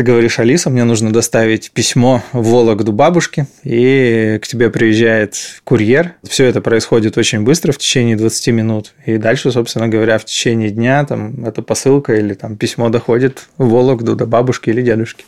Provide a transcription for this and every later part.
Ты говоришь: Алиса, мне нужно доставить письмо в Вологду бабушке, и к тебе приезжает курьер. Все это происходит очень быстро, в течение 20 минут. И дальше, собственно говоря, в течение дня эта посылка или письмо доходит в Вологду до бабушки или дедушки.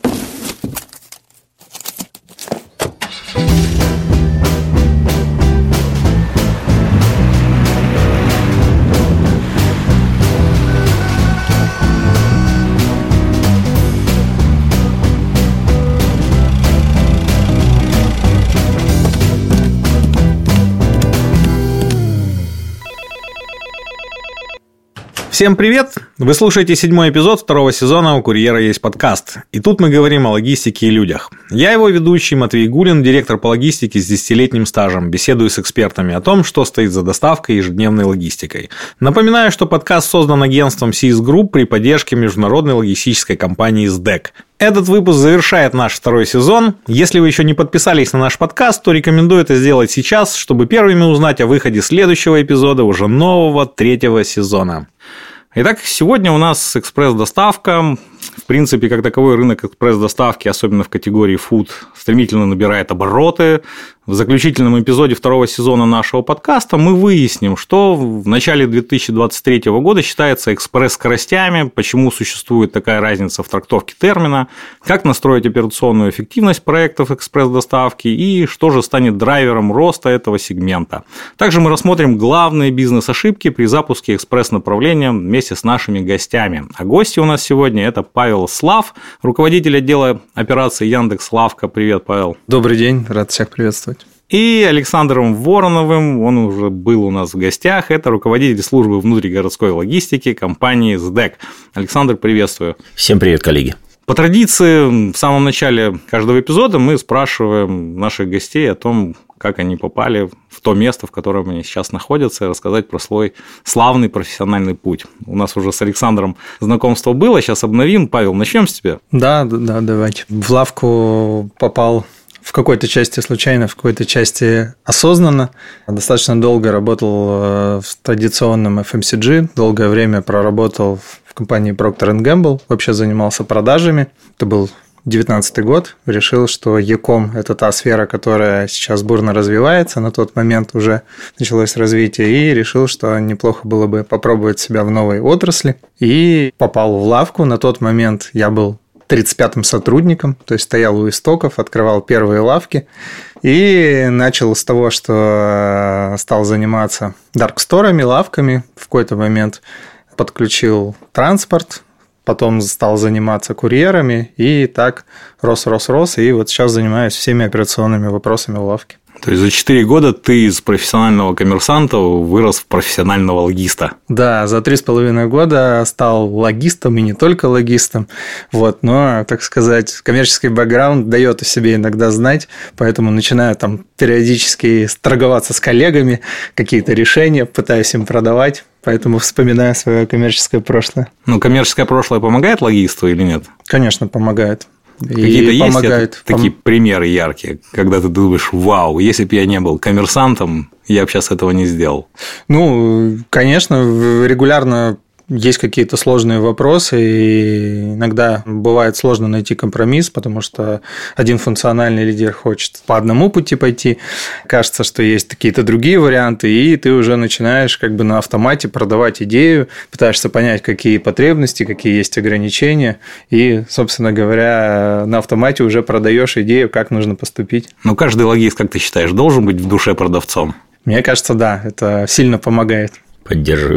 Всем привет! Вы слушаете 7-й эпизод 2-го сезона «У курьера есть подкаст». И тут мы говорим о логистике и людях. Я его ведущий Матвей Гулин, директор по логистике с 10-летним стажем. Беседую с экспертами о том, что стоит за доставкой и ежедневной логистикой. Напоминаю, что подкаст создан агентством CS Group при поддержке международной логистической компании SDEC. Этот выпуск завершает наш 2-й сезон. Если вы еще не подписались на наш подкаст, то рекомендую это сделать сейчас, чтобы первыми узнать о выходе следующего эпизода уже нового 3-го сезона. Итак, сегодня у нас экспресс-доставка. В принципе, как таковой рынок экспресс-доставки, особенно в категории food, стремительно набирает обороты. В заключительном эпизоде 2-го сезона нашего подкаста мы выясним, что в начале 2023 года считается экспресс-скоростями, почему существует такая разница в трактовке термина, как настроить операционную эффективность проектов экспресс-доставки и что же станет драйвером роста этого сегмента. Также мы рассмотрим главные бизнес-ошибки при запуске экспресс-направления вместе с нашими гостями. А гости у нас сегодня – это Павел Слав, руководитель отдела операций Яндекс.Лавка. Привет, Павел. Добрый день, рад всех приветствовать. И Александром Вороновым, он уже был у нас в гостях, это руководитель службы внутригородской логистики компании SDEC. Александр, приветствую. Всем привет, коллеги. По традиции, в самом начале каждого эпизода мы спрашиваем наших гостей о том, как они попали в то место, в котором они сейчас находятся, и рассказать про свой славный профессиональный путь. У нас уже с Александром знакомство было, сейчас обновим. Павел, начнем с тебя? Да, давайте. В лавку попал в какой-то части случайно, в какой-то части осознанно. Достаточно долго работал в традиционном FMCG, долгое время проработал в компании Procter & Gamble, вообще занимался продажами. Это был 2019 год. Решил, что e-com – это та сфера, которая сейчас бурно развивается, на тот момент уже началось развитие, и решил, что неплохо было бы попробовать себя в новой отрасли. И попал в лавку. На тот момент я был 35-м сотрудником, то есть стоял у истоков, открывал первые лавки и начал с того, что стал заниматься дарксторами, лавками. В какой-то момент подключил транспорт, потом стал заниматься курьерами, и так рос, и вот сейчас занимаюсь всеми операционными вопросами в лавке. То есть за 4 года ты из профессионального коммерсанта вырос в профессионального логиста. Да, за 3,5 года стал логистом, и не только логистом. Но, так сказать, коммерческий бэкграунд дает о себе иногда знать, поэтому начинаю периодически торговаться с коллегами, какие-то решения, пытаюсь им продавать, поэтому вспоминаю свое коммерческое прошлое. Коммерческое прошлое помогает логисту или нет? Конечно, помогает. Какие-то есть такие примеры яркие, когда ты думаешь: вау, если бы я не был коммерсантом, я бы сейчас этого не сделал? Конечно, регулярно есть какие-то сложные вопросы, и иногда бывает сложно найти компромисс, потому что один функциональный лидер хочет по одному пути пойти, кажется, что есть какие-то другие варианты, и ты уже начинаешь на автомате продавать идею, пытаешься понять, какие потребности, какие есть ограничения, и, собственно говоря, на автомате уже продаешь идею, как нужно поступить. Каждый логист, как ты считаешь, должен быть в душе продавцом? Мне кажется, да, это сильно помогает. Поддерживаю.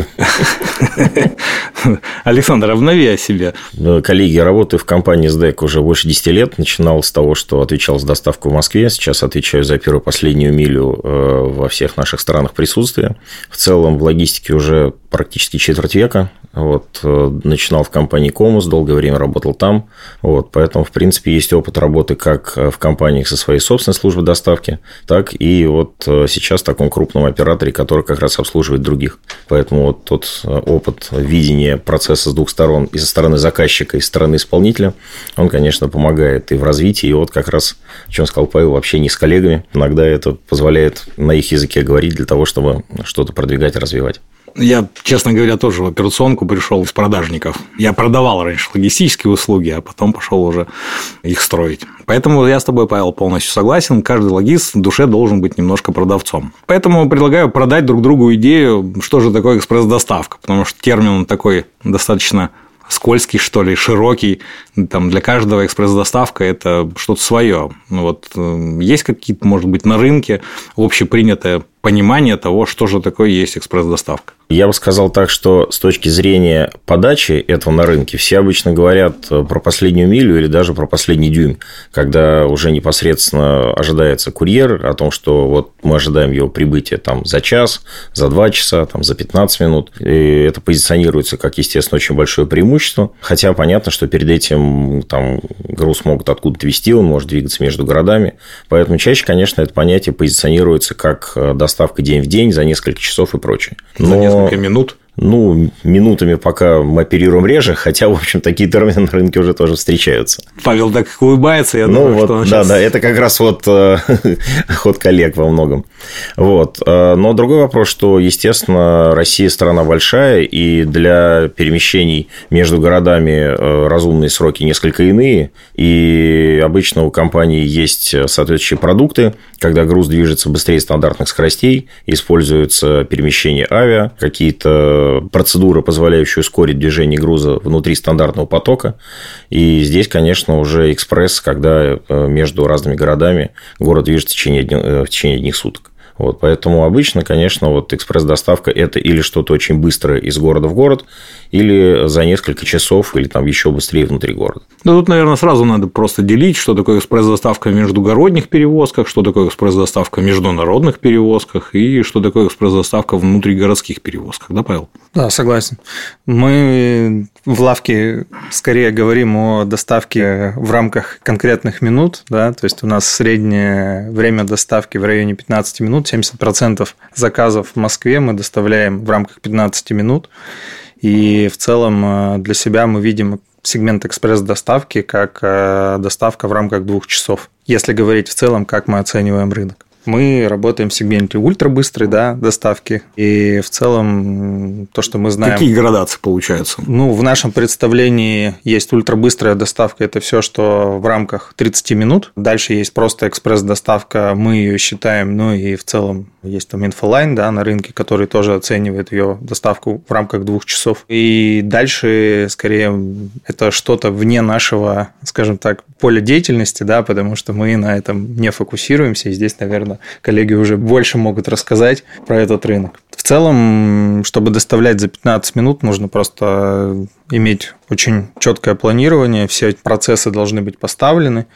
Александр, обнови о себе. Коллеги, я работаю в компании SDEC уже больше 10 лет. Начинал с того, что отвечал за доставку в Москве. Сейчас отвечаю за первую последнюю милю во всех наших странах присутствия. В целом в логистике уже практически четверть века. Начинал в компании Комус, долгое время работал там. Поэтому, в принципе, есть опыт работы как в компаниях со своей собственной службой доставки, так и сейчас в таком крупном операторе, который как раз обслуживает других. Поэтому тот опыт видения процесса с двух сторон, и со стороны заказчика, и со стороны исполнителя, он, конечно, помогает и в развитии, и как раз, о чем сказал Павел, в общении с коллегами. Иногда это позволяет на их языке говорить для того, чтобы что-то продвигать и развивать. Я, честно говоря, тоже в операционку пришел из продажников. Я продавал раньше логистические услуги, а потом пошел уже их строить. Поэтому я с тобой, Павел, полностью согласен. Каждый логист в душе должен быть немножко продавцом. Поэтому предлагаю продать друг другу идею, что же такое экспресс-доставка. Потому что термин такой достаточно скользкий, что ли, широкий. Там для каждого экспресс-доставка – это что-то свое. Есть какие-то, может быть, на рынке общепринятое понимание того, что же такое есть экспресс-доставка? Я бы сказал так, что с точки зрения подачи этого на рынке все обычно говорят про последнюю милю или даже про последний дюйм, когда уже непосредственно ожидается курьер о том, что вот мы ожидаем его прибытия там за час, за 2 часа, там, за 15 минут. И это позиционируется как, естественно, очень большое преимущество. Хотя понятно, что перед этим там, груз могут откуда-то везти, он может двигаться между городами. Поэтому чаще, конечно, это понятие позиционируется как доставка день в день за несколько часов и прочее. За несколько минут? Минутами пока мы оперируем реже, хотя, в общем, такие термины на рынке уже тоже встречаются. Павел так улыбается, я думаю, что он сейчас... Да, это как раз ход коллег во многом. Но другой вопрос, что, естественно, Россия страна большая, и для перемещений между городами разумные сроки несколько иные, и обычно у компании есть соответствующие продукты, когда груз движется быстрее стандартных скоростей, используются перемещения авиа, какие-то процедура, позволяющая ускорить движение груза внутри стандартного потока. И здесь, конечно, уже экспресс, когда между разными городами город движется в течение одних суток. Поэтому обычно, конечно, экспресс-доставка – это или что-то очень быстрое из города в город, или за несколько часов, или там еще быстрее внутри города. Тут, наверное, сразу надо просто делить, что такое экспресс-доставка в междугородних перевозках, что такое экспресс-доставка в международных перевозках и что такое экспресс-доставка в внутригородских перевозках. Да, Павел? Да, согласен. Мы в лавке скорее говорим о доставке в рамках конкретных минут, да, то есть у нас среднее время доставки в районе 15 минут, 70% заказов в Москве мы доставляем в рамках 15 минут, и в целом для себя мы видим сегмент экспресс-доставки как доставка в рамках 2 часов, если говорить в целом, как мы оцениваем рынок. Мы работаем в сегменте ультрабыстрой доставки, и в целом то, что мы знаем... Какие градации получаются? В нашем представлении есть ультрабыстрая доставка, это все, что в рамках 30 минут. Дальше есть просто экспресс-доставка, мы ее считаем, и в целом есть там инфолайн на рынке, который тоже оценивает ее доставку в рамках 2 часов. И дальше, скорее, это что-то вне нашего, скажем так, поля деятельности, потому что мы на этом не фокусируемся, и здесь, наверное, коллеги уже больше могут рассказать про этот рынок. В целом, чтобы доставлять за 15 минут, нужно просто иметь очень четкое планирование, все процессы должны быть поставлены,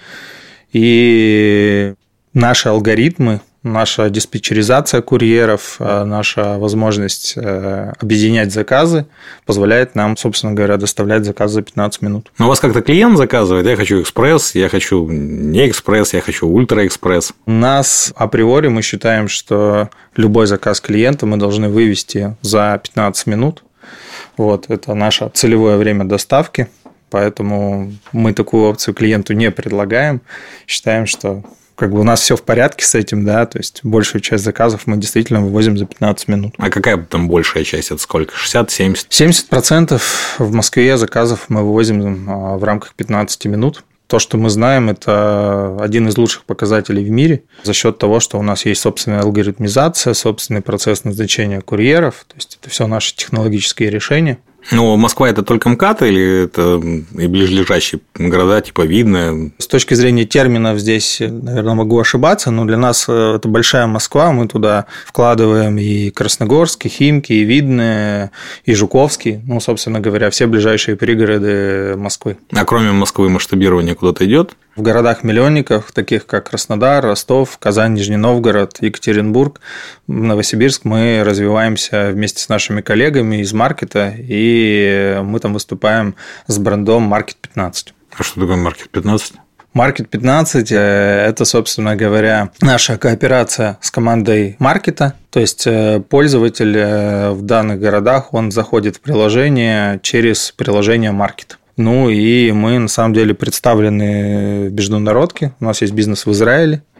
и наши алгоритмы, наша диспетчеризация курьеров, наша возможность объединять заказы позволяет нам, собственно говоря, доставлять заказ за 15 минут. Но у вас как-то клиент заказывает, я хочу экспресс, я хочу не экспресс, я хочу ультраэкспресс. У нас априори мы считаем, что любой заказ клиента мы должны вывести за 15 минут. Это наше целевое время доставки, поэтому мы такую опцию клиенту не предлагаем. Считаем, что у нас все в порядке с этим, то есть большую часть заказов мы действительно вывозим за 15 минут. А какая там большая часть? Это сколько? 60-70? 70% в Москве заказов мы вывозим в рамках 15 минут. То, что мы знаем, это один из лучших показателей в мире за счет того, что у нас есть собственная алгоритмизация, собственный процесс назначения курьеров, то есть это все наши технологические решения. Москва – это только МКАД или это и ближайшие города, типа Видное? С точки зрения терминов здесь, наверное, могу ошибаться, но для нас это большая Москва, мы туда вкладываем и Красногорск, и Химки, и Видное, и Жуковский, собственно говоря, все ближайшие пригороды Москвы. А кроме Москвы масштабирование куда-то идет? В городах-миллионниках, таких как Краснодар, Ростов, Казань, Нижний Новгород, Екатеринбург, Новосибирск, мы развиваемся вместе с нашими коллегами из маркета, и мы там выступаем с брендом Маркет 15. А что такое Маркет 15? Маркет 15 – это, собственно говоря, наша кооперация с командой маркета. То есть пользователь в данных городах, он заходит в приложение через приложение маркет. И мы, на самом деле, представлены в международке. У нас есть бизнес в Израиле.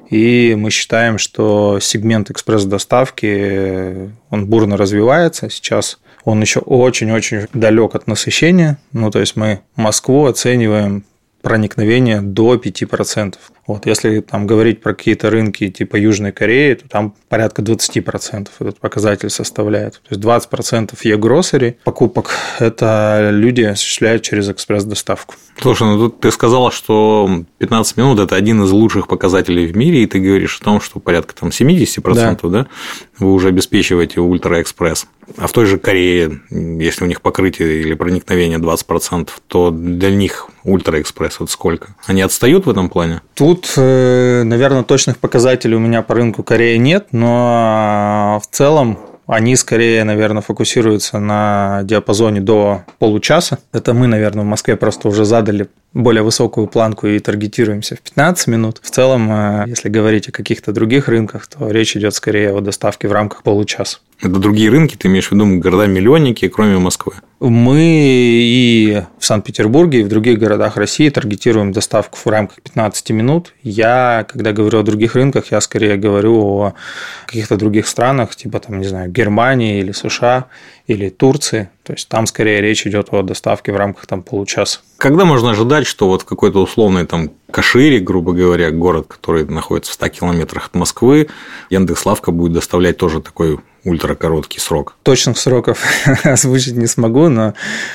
И мы считаем, что сегмент экспресс-доставки, он бурно развивается. Сейчас он еще очень-очень далек от насыщения. Ну, то есть мы Москву оцениваем проникновение до 5%. Вот, если там говорить про какие-то рынки типа Южной Кореи, то там порядка 20% этот показатель составляет. То есть 20% e-grocery покупок – это люди осуществляют через экспресс-доставку. Слушай, ну тут ты сказала, что 15 минут – это один из лучших показателей в мире, и ты говоришь о том, что порядка там 70%, да, вы уже обеспечиваете ультраэкспресс. А в той же Корее, если у них покрытие или проникновение 20%, то для них ультраэкспресс вот сколько? Они отстают в этом плане? Тут, наверное, точных показателей у меня по рынку Кореи нет, но в целом они скорее, наверное, фокусируются на диапазоне до получаса. Это мы, наверное, в Москве просто уже задали более высокую планку и таргетируемся в 15 минут. В целом, если говорить о каких-то других рынках, то речь идет скорее о доставке в рамках получаса. Это другие рынки, ты имеешь в виду города-миллионники, кроме Москвы? Мы и в Санкт-Петербурге, и в других городах России таргетируем доставку в рамках 15 минут. Я, когда говорю о других рынках, я скорее говорю о каких-то других странах, типа, там, не знаю, Германии или США, или Турции. То есть там скорее речь идет о доставке в рамках там получаса. Когда можно ожидать, что вот в какой-то условной там Кашире, грубо говоря, город, который находится в 100 километрах от Москвы, Яндекс.Лавка будет доставлять тоже такой ультракороткий срок? Точных сроков озвучить не смогу, но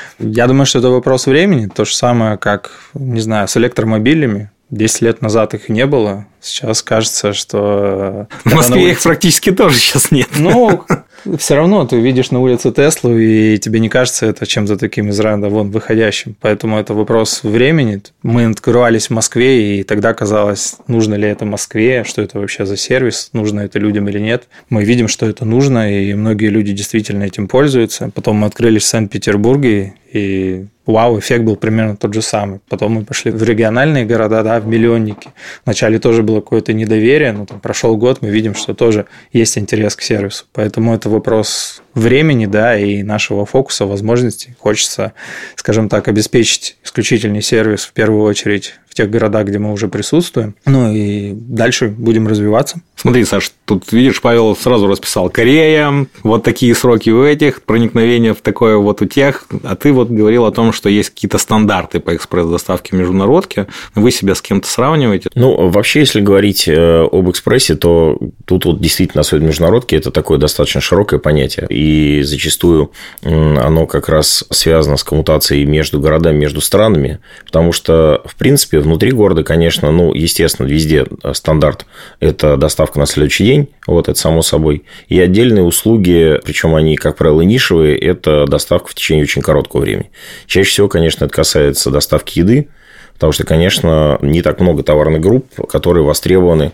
я думаю, что это вопрос времени. То же самое, как, не знаю, с электромобилями. 10 лет назад их не было. Сейчас кажется, что... В Москве их практически тоже сейчас нет. Ну, все равно ты видишь на улице Теслу, и тебе не кажется это чем-то таким из ряда вон выходящим. Поэтому это вопрос времени. Мы открывались в Москве, и тогда казалось, нужно ли это Москве, что это вообще за сервис, нужно это людям или нет. Мы видим, что это нужно, и многие люди действительно этим пользуются. Потом мы открылись в Санкт-Петербурге, и вау, эффект был примерно тот же самый. Потом мы пошли в региональные города, да, в миллионники. Вначале тоже было какое-то недоверие, но там прошел год, мы видим, что тоже есть интерес к сервису. Поэтому это вопрос времени, да, и нашего фокуса, возможностей. Хочется, скажем так, обеспечить исключительный сервис в первую очередь в тех городах, где мы уже присутствуем. Ну и дальше будем развиваться. Смотри, Саш, тут, видишь, Павел сразу расписал: Корея, вот такие сроки у этих, проникновение в такое вот у тех. А ты вот говорил о том, что есть какие-то стандарты по экспресс-доставке международки. Вы себя с кем-то сравниваете? Ну, вообще, если говорить об экспрессе, то тут вот действительно, особенно международки, это такое достаточно широкое понятие. И зачастую оно как раз связано с коммутацией между городами, между странами. Потому что, в принципе, внутри города, конечно, ну, естественно, везде стандарт – это доставка на следующий день, вот это само собой. И отдельные услуги, причем они, как правило, нишевые, это доставка в течение очень короткого времени. Чаще всего, конечно, это касается доставки еды, потому что, конечно, не так много товарных групп, которые востребованы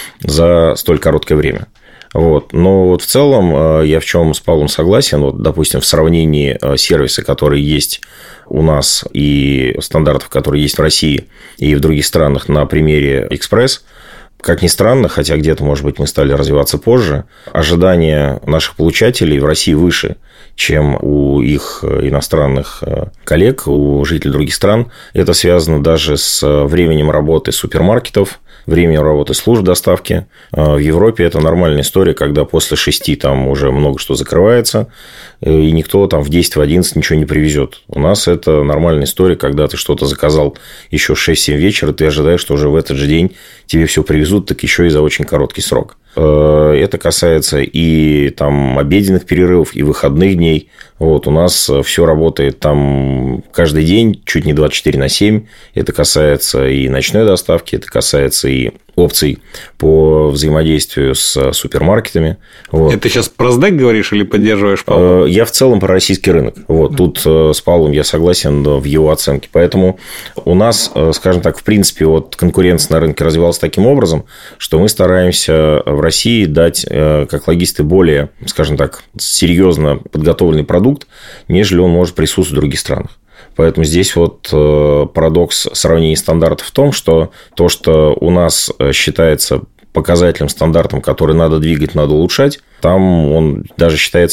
за столь короткое время. Вот. Но вот в целом я в чем с Павлом согласен. Вот, допустим, в сравнении сервиса, которые есть у нас, и стандартов, которые есть в России и в других странах на примере Экспресс, как ни странно, хотя где-то, может быть, мы стали развиваться позже, ожидания наших получателей в России выше, чем у их иностранных коллег, у жителей других стран. Это связано даже с временем работы супермаркетов, временем работы служб доставки. В Европе это нормальная история, когда после 6 там уже много что закрывается, и никто там в 10, в 11 ничего не привезет. У нас это нормальная история, когда ты что-то заказал еще в 6-7 вечера, ты ожидаешь, что уже в этот же день тебе все привезут, так еще и за очень короткий срок. Это касается и там обеденных перерывов, и выходных дней. Вот, у нас все работает там каждый день, чуть не 24/7. Это касается и ночной доставки, это касается и опций по взаимодействию с супермаркетами. Вот. Это сейчас про СДЭК говоришь или поддерживаешь Павла? Я в целом про российский рынок. Вот, тут с Павлом я согласен в его оценке. Поэтому у нас, скажем так, в принципе, вот конкуренция на рынке развивалась таким образом, что мы стараемся в России дать, как логисты, более, скажем так, серьезно подготовленный продукт, нежели он может присутствовать в других странах. Поэтому здесь вот парадокс сравнения стандартов в том, что то, что у нас считается показателем, стандартом, который надо двигать, надо улучшать, там он даже считается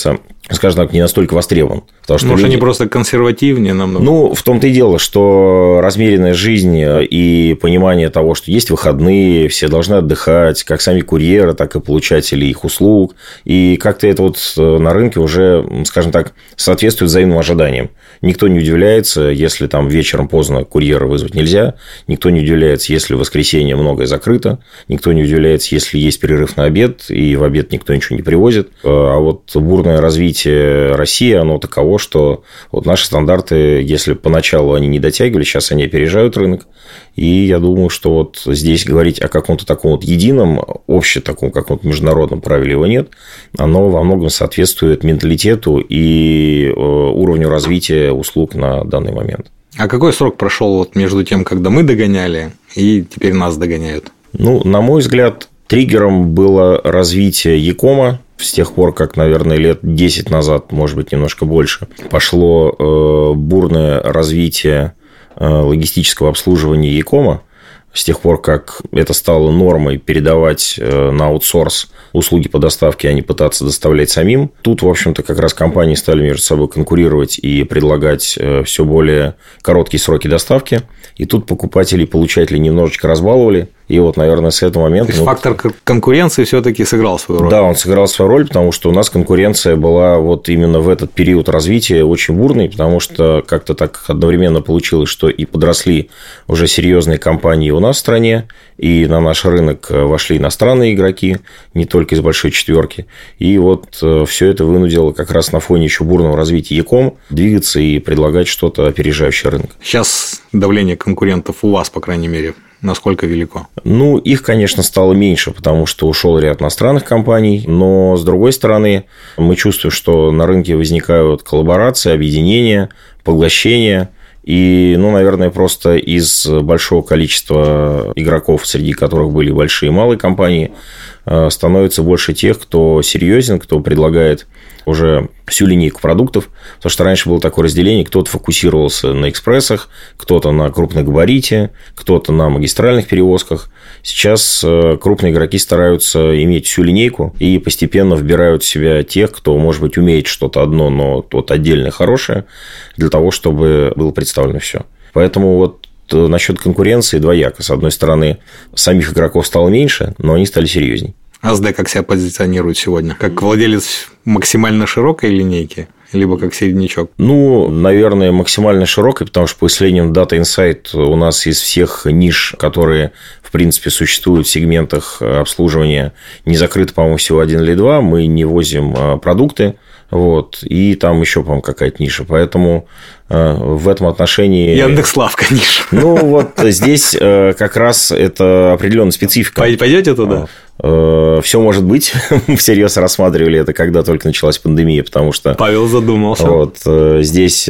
скажем так, не настолько востребован. Потому что может, они просто консервативнее намного? Ну, в том-то и дело, что размеренная жизнь и понимание того, что есть выходные, все должны отдыхать, как сами курьеры, так и получатели их услуг. И как-то это вот на рынке уже, скажем так, соответствует взаимным ожиданиям. Никто не удивляется, если там вечером поздно курьера вызвать нельзя. Никто не удивляется, если в воскресенье многое закрыто. Никто не удивляется, если есть перерыв на обед, и в обед никто ничего не привозит. А вот бурное развитие России, оно таково, что вот наши стандарты, если поначалу они не дотягивали, сейчас они опережают рынок. И я думаю, что вот здесь говорить о каком-то таком вот едином, общем таком каком-то международном правиле его нет. Оно во многом соответствует менталитету и уровню развития услуг на данный момент. А какой срок прошел вот между тем, когда мы догоняли, и теперь нас догоняют? Ну, на мой взгляд, триггером было развитие e-кома. С тех пор, как, наверное, лет 10 назад, может быть, немножко больше, пошло бурное развитие логистического обслуживания e-кома. С тех пор, как это стало нормой передавать на аутсорс услуги по доставке, а не пытаться доставлять самим. Тут, в общем-то, как раз компании стали между собой конкурировать и предлагать все более короткие сроки доставки. И тут покупатели и получатели немножечко разбаловали. И вот, наверное, с этого момента... То есть, фактор конкуренции все-таки сыграл свою роль? Да, он сыграл свою роль, потому что у нас конкуренция была вот именно в этот период развития очень бурной, потому что как-то так одновременно получилось, что и подросли уже серьезные компании у нас в стране, и на наш рынок вошли иностранные игроки, не только из большой четверки. И вот все это вынудило как раз на фоне еще бурного развития e-com двигаться и предлагать что-то опережающее рынок. Сейчас давление конкурентов у вас, по крайней мере, насколько велико? Ну, их, конечно, стало меньше, потому что ушел ряд иностранных компаний. Но, с другой стороны, мы чувствуем, что на рынке возникают коллаборации, объединения, поглощения. И, ну, наверное, просто из большого количества игроков, среди которых были большие и малые компании, становится больше тех, кто серьезен, кто предлагает уже всю линейку продуктов. Потому что раньше было такое разделение: кто-то фокусировался на экспрессах, кто-то на крупной габарите, кто-то на магистральных перевозках. Сейчас крупные игроки стараются иметь всю линейку и постепенно вбирают в себя тех, кто, может быть, умеет что-то одно, но вот отдельное хорошее, для того, чтобы было представлено все. Поэтому вот насчет конкуренции двояко. С одной стороны, самих игроков стало меньше, но они стали серьезней. АСД как себя позиционирует сегодня? Как владелец максимально широкой линейки, либо как середнячок? Ну, наверное, максимально широкой, потому что по исследованиям Data Insight у нас из всех ниш, которые, в принципе, существуют в сегментах обслуживания, не закрыто, по-моему, всего 1 или 2. Мы не возим продукты. Вот, и там еще, по-моему, какая-то ниша. Поэтому в этом отношении... Яндекс.Лавка ниша. Ну, вот здесь как раз это определенная специфика. Пойдете туда? Все может быть. Мы всерьез рассматривали это, когда только началась пандемия, потому что... Павел задумался. Вот, здесь,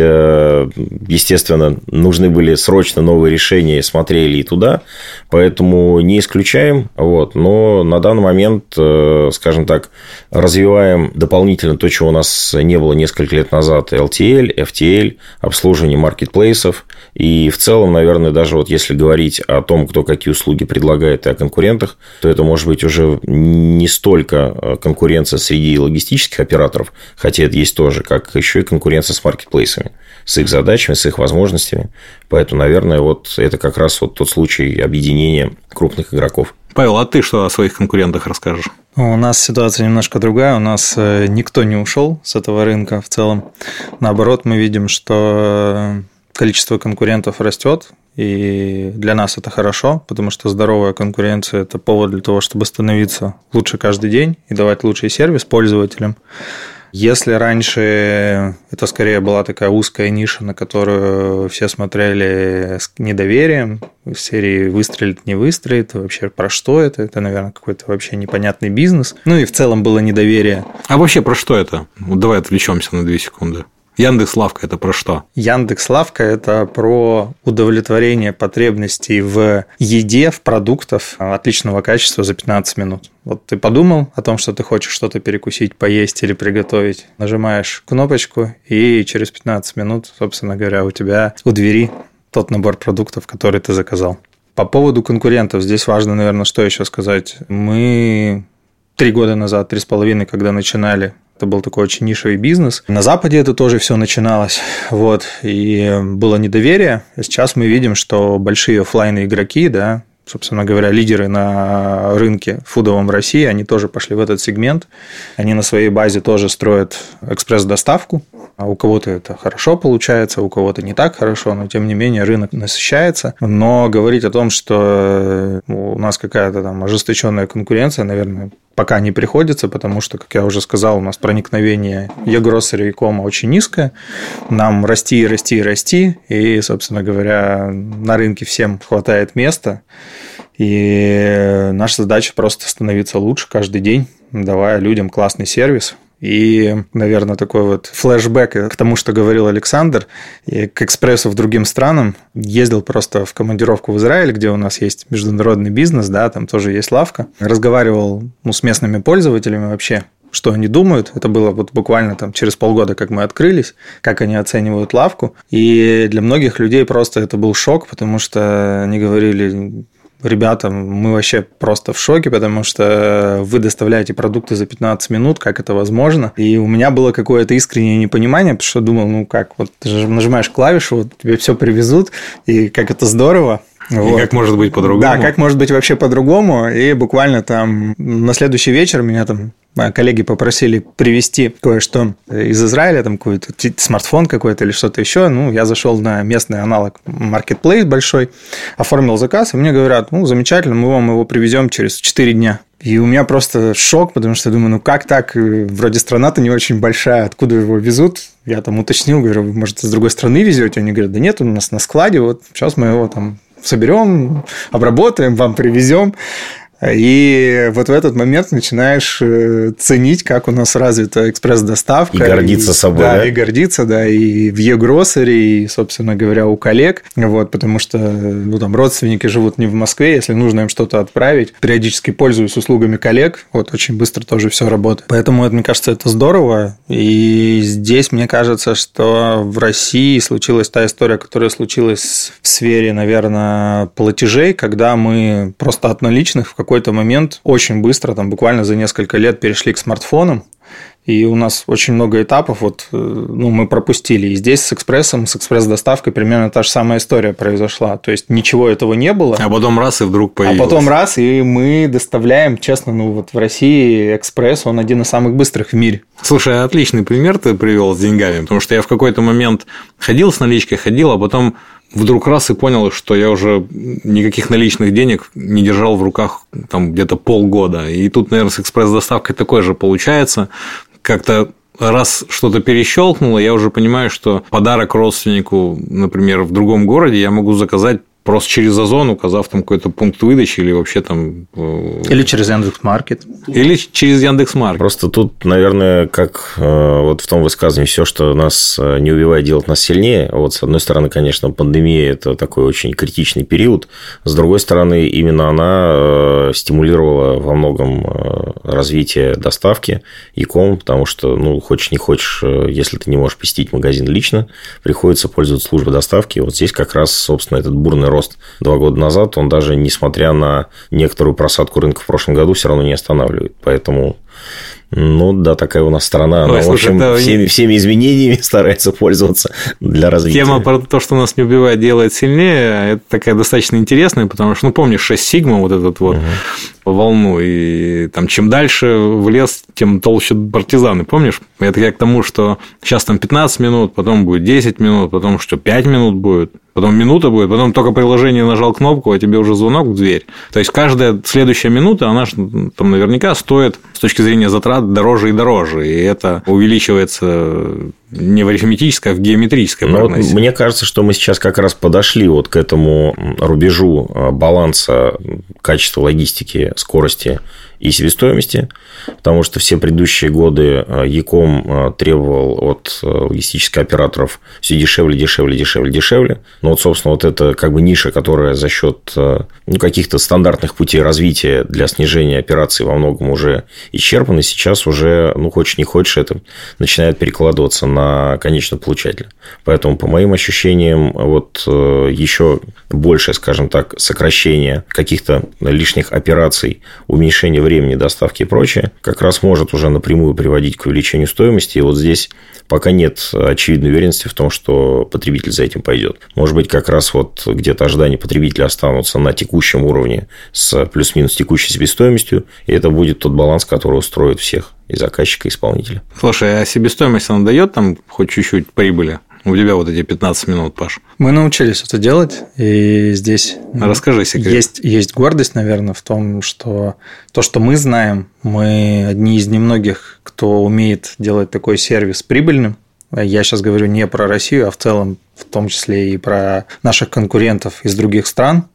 естественно, нужны были срочно новые решения, смотрели и туда, поэтому не исключаем. Вот, но на данный момент, скажем так, развиваем дополнительно то, чего у нас не было несколько лет назад: LTL, FTL, обслуживание маркетплейсов. И в целом, наверное, даже вот если говорить о том, кто какие услуги предлагает, и о конкурентах, то это может быть уже не столько конкуренция среди логистических операторов, хотя это есть тоже, как еще и конкуренция с маркетплейсами, с их задачами, с их возможностями. Поэтому, наверное, вот это как раз вот тот случай объединения крупных игроков. Павел, а ты что о своих конкурентах расскажешь? У нас ситуация немножко другая. У нас никто не ушел с этого рынка в целом. Наоборот, мы видим, что количество конкурентов растет. И для нас это хорошо, потому что здоровая конкуренция – это повод для того, чтобы становиться лучше каждый день и давать лучший сервис пользователям. Если раньше это скорее была такая узкая ниша, на которую все смотрели с недоверием, в серии «выстрелит, не выстрелит», вообще про что это? Это, наверное, какой-то вообще непонятный бизнес. Ну и в целом было недоверие. А вообще про что это? Вот давай отвлечемся на 2 секунды. Яндекс.Лавка – это про что? Яндекс.Лавка – это про удовлетворение потребностей в еде, в продуктах отличного качества за 15 минут. Вот ты подумал о том, что ты хочешь что-то перекусить, поесть или приготовить, нажимаешь кнопочку, и через 15 минут, собственно говоря, у тебя у двери тот набор продуктов, который ты заказал. По поводу конкурентов, здесь важно, наверное, что еще сказать. Мы 3 года назад, 3,5, когда начинали. Это был такой очень нишевый бизнес. На Западе это тоже все начиналось. Вот. И было недоверие. И сейчас мы видим, что большие офлайн игроки, да, собственно говоря, лидеры на рынке фудовом России, они тоже пошли в этот сегмент. Они на своей базе тоже строят экспресс-доставку. А у кого-то это хорошо получается, у кого-то не так хорошо, но тем не менее рынок насыщается. Но говорить о том, что у нас какая-то там ожесточенная конкуренция, наверное, пока не приходится, потому что, как я уже сказал, у нас проникновение e-grocery и кома очень низкое. Нам расти, и, собственно говоря, на рынке всем хватает места. И наша задача просто становиться лучше каждый день, давая людям классный сервис. И, наверное, такой вот флешбэк к тому, что говорил Александр, и к экспрессу в другим странам. Ездил просто в командировку в Израиль, где у нас есть международный бизнес, да, там тоже есть лавка. Разговаривал с местными пользователями вообще, что они думают. Это было вот буквально там через полгода, как мы открылись, как они оценивают лавку. И для многих людей просто это был шок, потому что они говорили: ребята, мы вообще просто в шоке, потому что вы доставляете продукты за 15 минут, как это возможно? И у меня было какое-то искреннее непонимание, потому что думал, как, вот ты же нажимаешь клавишу, вот тебе все привезут, и как это здорово. И вот. Как может быть по-другому? Да, как может быть вообще по-другому. И буквально там на следующий вечер меня там коллеги попросили привезти кое-что из Израиля, там какой-то смартфон какой-то или что-то еще. Я зашел на местный аналог Marketplace большой, оформил заказ, и мне говорят: замечательно, мы вам его привезем через 4 дня. И у меня просто шок, потому что я думаю, как так? Вроде страна-то не очень большая, откуда его везут? Я там уточнил, говорю: вы, может, с другой страны везете? Они говорят: да нет, у нас на складе, вот сейчас мы его там соберем, обработаем, вам привезем. И вот в этот момент начинаешь ценить, как у нас развита экспресс-доставка. И гордиться собой, да? И гордиться, да, и в e-grocery, и, собственно говоря, у коллег. Вот, потому что там родственники живут не в Москве, если нужно им что-то отправить. Периодически пользуюсь услугами коллег, вот, очень быстро тоже все работает. Поэтому, мне кажется, это здорово. И здесь, мне кажется, что в России случилась та история, которая случилась в сфере, наверное, платежей, когда мы просто от наличных в какой-то момент очень быстро, там буквально за несколько лет перешли к смартфонам, и у нас очень много этапов мы пропустили. И здесь с экспрессом, с экспресс-доставкой примерно та же самая история произошла. То есть ничего этого не было. А потом раз и вдруг появилось. А потом раз, и мы доставляем, честно, в России экспресс, он один из самых быстрых в мире. Слушай, отличный пример ты привел с деньгами, потому что я в какой-то момент ходил с наличкой, а потом вдруг раз и понял, что я уже никаких наличных денег не держал в руках там где-то полгода. И тут, наверное, с экспресс-доставкой такое же получается. Как-то раз что-то перещелкнуло, я уже понимаю, что подарок родственнику, например, в другом городе я могу заказать просто через Озон, указав там какой-то пункт выдачи или вообще там... Или через Яндекс.Маркет. Или через Яндекс.Маркет. Просто тут, наверное, как вот в том высказывании, все, что нас не убивает, делает нас сильнее. Вот, с одной стороны, конечно, пандемия – это такой очень критичный период. С другой стороны, именно она стимулировала во многом развитие доставки e-com, потому что, хочешь не хочешь, если ты не можешь посетить магазин лично, приходится пользоваться службой доставки. И вот здесь как раз, собственно, этот бурный рост 2 года назад, он даже, несмотря на некоторую просадку рынка в прошлом году, все равно не останавливает. Поэтому, такая у нас страна. Она, в общем, всеми изменениями старается пользоваться для развития. Тема про то, что нас не убивает, делает сильнее, это такая достаточно интересная, потому что, помнишь, 6 сигма, вот этот вот волну, и там чем дальше в лес, тем толще партизаны, помнишь? Это я к тому, что сейчас там 15 минут, потом будет 10 минут, потом что 5 минут будет, потом минута будет, потом только приложение нажал кнопку, а тебе уже звонок в дверь. То есть каждая следующая минута, она там наверняка стоит с точки зрения затрат дороже и дороже, и это увеличивается не в арифметической, а в геометрической прогнозии. Мне кажется, что мы сейчас как раз подошли вот к этому рубежу баланса качества логистики, скорости и себестоимости, потому что все предыдущие годы e-com требовал от логистических операторов все дешевле. Но вот, собственно, вот это как бы ниша, которая за счет каких-то стандартных путей развития для снижения операций во многом уже исчерпана, и сейчас уже, хочешь не хочешь, это начинает перекладываться на конечного получателя. Поэтому, по моим ощущениям, вот еще большее, скажем так, сокращение каких-то лишних операций, уменьшение времени времени доставки и прочее, как раз может уже напрямую приводить к увеличению стоимости. И вот здесь пока нет очевидной уверенности в том, что потребитель за этим пойдет. Может быть, как раз вот где-то ожидания потребителя останутся на текущем уровне с плюс-минус текущей себестоимостью, и это будет тот баланс, который устроит всех, и заказчика, и исполнителя. Слушай, а себестоимость она дает там хоть чуть-чуть прибыли? У тебя вот эти 15 минут, Паш. Мы научились это делать, и здесь расскажи секрет. Есть гордость, наверное, в том, что то, что мы знаем, мы одни из немногих, кто умеет делать такой сервис прибыльным. Я сейчас говорю не про Россию, а в целом, в том числе и про наших конкурентов из других стран.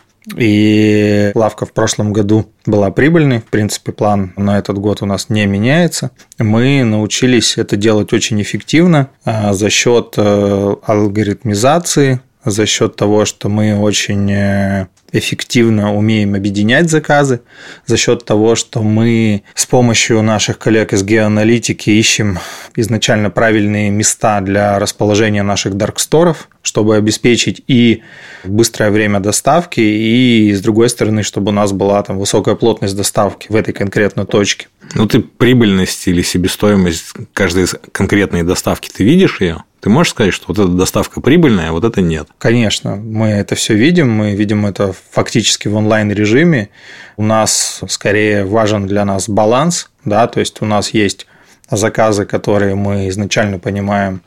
И лавка в прошлом году была прибыльной. В принципе, план на этот год у нас не меняется. Мы научились это делать очень эффективно за счет алгоритмизации, за счет того, что мы очень эффективно умеем объединять заказы, за счет того, что мы с помощью наших коллег из геоаналитики ищем изначально правильные места для расположения наших дарксторов, чтобы обеспечить и быстрое время доставки, и, с другой стороны, чтобы у нас была там высокая плотность доставки в этой конкретной точке. Ну, ты прибыльность или себестоимость каждой конкретной доставки, ты видишь ее? Ты можешь сказать, что вот эта доставка прибыльная, а вот это нет? Конечно, мы это все видим, мы видим это фактически в онлайн-режиме. У нас скорее важен для нас баланс, да, то есть у нас есть заказы, которые мы изначально понимаем,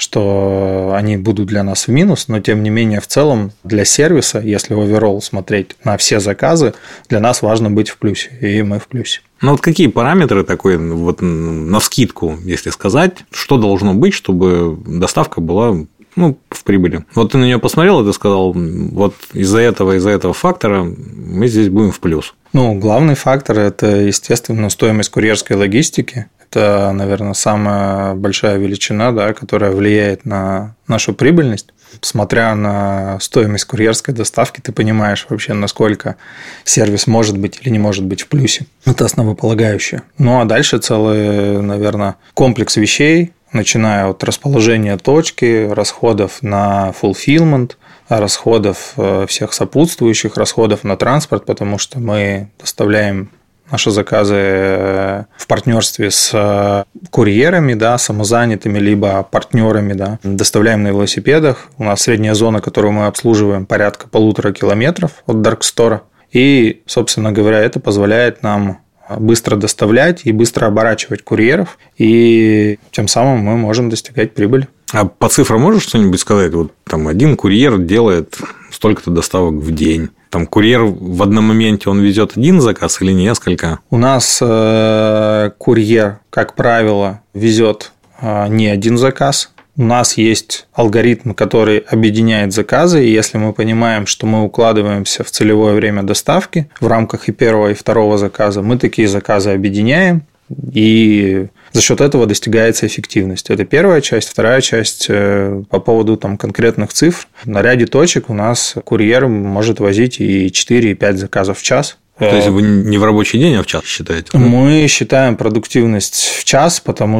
что они будут для нас в минус, но тем не менее в целом для сервиса, если оверолл смотреть на все заказы, для нас важно быть в плюсе, и мы в плюсе. Ну вот какие параметры такой, вот навскидку, если сказать, что должно быть, чтобы доставка была в прибыли? Вот ты на нее посмотрел, и ты сказал, вот из-за этого фактора мы здесь будем в плюс. Главный фактор – это, естественно, стоимость курьерской логистики. Это, наверное, самая большая величина, да, которая влияет на нашу прибыльность. Смотря на стоимость курьерской доставки, ты понимаешь вообще, насколько сервис может быть или не может быть в плюсе. Это основополагающее. А дальше целый, наверное, комплекс вещей, начиная от расположения точки, расходов на fulfillment, расходов всех сопутствующих, расходов на транспорт, потому что мы доставляем наши заказы в партнерстве с курьерами, да, самозанятыми, либо партнерами, да, доставляем на велосипедах. У нас средняя зона, которую мы обслуживаем, порядка 1,5 километров от даркстора. И, собственно говоря, это позволяет нам быстро доставлять и быстро оборачивать курьеров, и тем самым мы можем достигать прибыли. А по цифрам можешь что-нибудь сказать? Вот там один курьер делает столько-то доставок в день. Там курьер в одном моменте он везет один заказ или несколько? У нас курьер, как правило, везет не один заказ. У нас есть алгоритм, который объединяет заказы, и если мы понимаем, что мы укладываемся в целевое время доставки в рамках и первого, и второго заказа, мы такие заказы объединяем, и за счет этого достигается эффективность. Это первая часть. Вторая часть по поводу конкретных цифр. На ряде точек у нас курьер может возить и 4, и 5 заказов в час. То есть вы не в рабочий день, а в час считаете? Мы считаем продуктивность в час, потому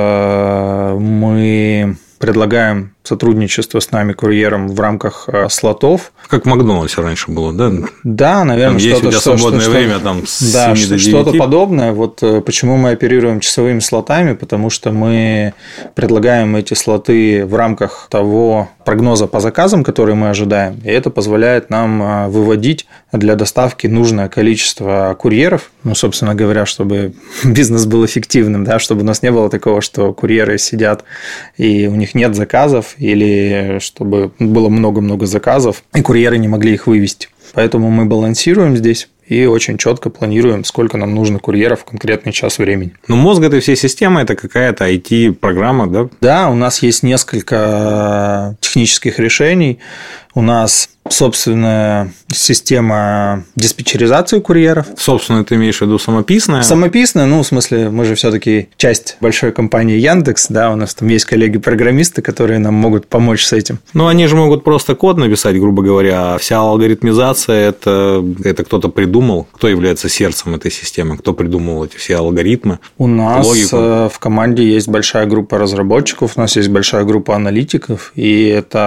что мы предлагаем сотрудничество с нами курьером в рамках слотов. Как в Макдональдсе раньше было, да? Да, наверное, там есть у тебя свободное время там с 7 до 9. Что-то подобное. Вот почему мы оперируем часовыми слотами, потому что мы предлагаем эти слоты в рамках того прогноза по заказам, которые мы ожидаем, и это позволяет нам выводить для доставки нужное количество курьеров, собственно говоря, чтобы бизнес был эффективным, да, чтобы у нас не было такого, что курьеры сидят и у них нет заказов, или чтобы было много-много заказов, и курьеры не могли их вывести. Поэтому мы балансируем здесь и очень четко планируем, сколько нам нужно курьеров в конкретный час времени. Мозг этой всей системы – это какая-то IT-программа, да? Да, у нас есть несколько технических решений. У нас собственная система диспетчеризации курьеров. Собственно, ты имеешь в виду самописная? Самописная, в смысле, мы же все-таки часть большой компании Яндекс, да, у нас там есть коллеги-программисты, которые нам могут помочь с этим. Они же могут просто код написать, грубо говоря, а вся алгоритмизация – это кто-то придумал, кто является сердцем этой системы, кто придумал эти все алгоритмы. У нас в команде есть большая группа разработчиков, у нас есть большая группа аналитиков, и это,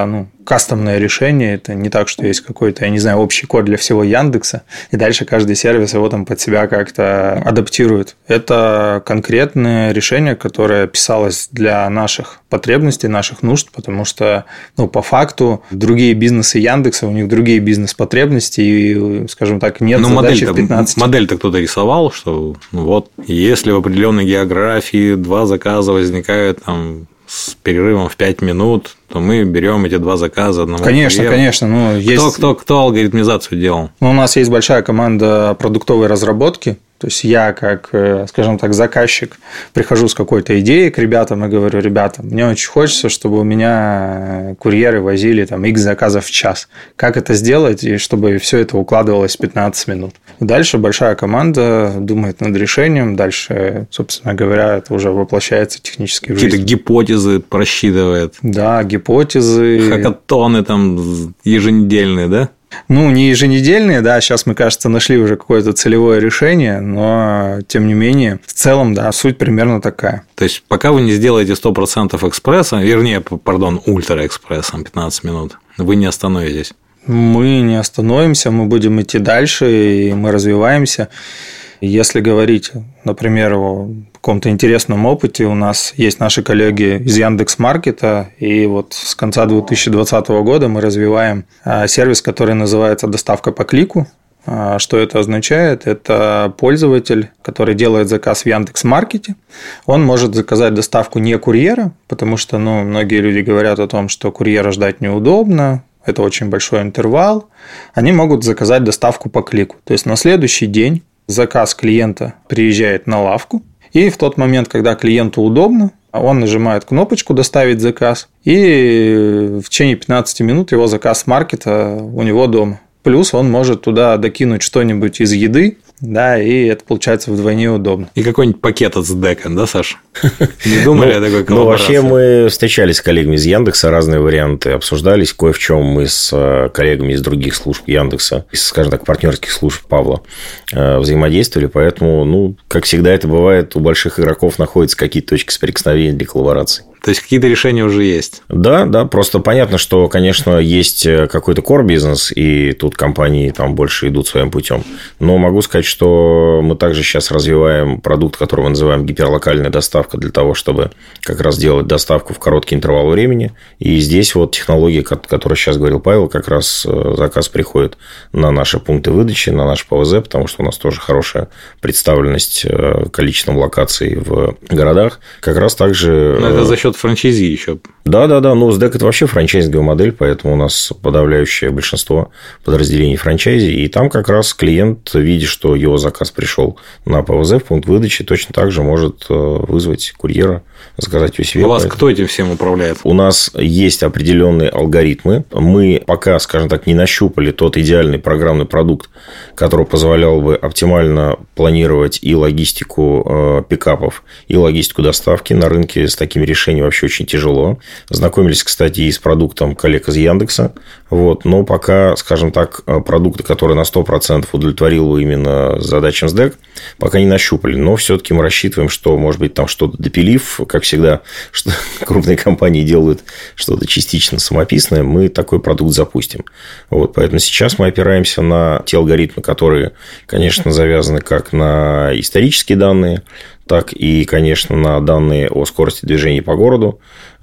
кастомное решение. Это не так, что есть какой-то, я не знаю, общий код для всего Яндекса, и дальше каждый сервис его там под себя как-то адаптирует. Это конкретное решение, которое писалось для наших потребностей, наших нужд, потому что, по факту, другие бизнесы Яндекса, у них другие бизнес-потребности, и, скажем так, нет задачи в 15. Модель-то кто-то рисовал, что если в определенной географии 2 заказа возникают там с перерывом в 5 минут, то мы берем эти 2 заказа одному. Конечно. Кто алгоритмизацию делал? У нас есть большая команда продуктовой разработки. То есть я, как, скажем так, заказчик, прихожу с какой-то идеей к ребятам и говорю: ребята, мне очень хочется, чтобы у меня курьеры возили там X заказов в час. Как это сделать, и чтобы все это укладывалось в 15 минут. Дальше большая команда думает над решением, дальше, собственно говоря, это уже воплощается технически в жизнь. Какие-то гипотезы просчитывает. Да, гипотезы. Хакатоны там еженедельные, да? Не еженедельные, да, сейчас мы, кажется, нашли уже какое-то целевое решение, но, тем не менее, в целом, да, суть примерно такая. То есть, пока вы не сделаете 100% экспресса, ультра-экспрессом 15 минут, вы не остановитесь. Мы не остановимся, мы будем идти дальше, и мы развиваемся. Если говорить, например, о каком-то интересном опыте, у нас есть наши коллеги из Яндекс.Маркета, и вот с конца 2020 года мы развиваем сервис, который называется «Доставка по клику». Что это означает? Это пользователь, который делает заказ в Яндекс.Маркете, он может заказать доставку не курьера, потому что многие люди говорят о том, что курьера ждать неудобно, это очень большой интервал. Они могут заказать доставку по клику. То есть на следующий день заказ клиента приезжает на лавку, и в тот момент, когда клиенту удобно, он нажимает кнопочку «Доставить заказ», и в течение 15 минут его заказ с маркета у него дома. Плюс он может туда докинуть что-нибудь из еды, да, и это получается вдвойне удобно. И какой-нибудь пакет от Сдэка, да, Саш? Не думали о такой коллаборации? Вообще мы встречались с коллегами из Яндекса, разные варианты обсуждались. Кое в чем мы с коллегами из других служб Яндекса, из, скажем так, партнерских служб Павла взаимодействовали. Поэтому, как всегда это бывает, у больших игроков находятся какие-то точки соприкосновения для коллаборации. То есть, какие-то решения уже есть? Да, просто понятно, что, конечно, есть какой-то core-бизнес, и тут компании там больше идут своим путем. Но могу сказать, что мы также сейчас развиваем продукт, который мы называем гиперлокальная доставка, для того, чтобы как раз делать доставку в короткий интервал времени. И здесь вот технология, о которой сейчас говорил Павел, как раз заказ приходит на наши пункты выдачи, на наш ПВЗ, потому что у нас тоже хорошая представленность количеством локаций в городах. Как раз также... Но это за счет франчайзи еще. Да. Сдэк – это вообще франчайзинговая модель, поэтому у нас подавляющее большинство подразделений франчайзи. И там как раз клиент, видя, что его заказ пришел на ПВЗ в пункт выдачи, точно так же может вызвать курьера, заказать у себя. У вас кто этим всем управляет? У нас есть определенные алгоритмы. Мы пока, скажем так, не нащупали тот идеальный программный продукт, который позволял бы оптимально планировать и логистику пикапов, и логистику доставки. На рынке с такими решениями вообще очень тяжело. Знакомились, кстати, и с продуктом коллег из Яндекса. Но пока, скажем так, продукты, которые на 100% удовлетворил именно задачам СДЭК, пока не нащупали. Но все-таки мы рассчитываем, что, может быть, там что-то допилив, как всегда, что крупные компании делают что-то частично самописное, мы такой продукт запустим. Поэтому сейчас мы опираемся на те алгоритмы, которые, конечно, завязаны как на исторические данные, так и, конечно, на данные о скорости движения по городу.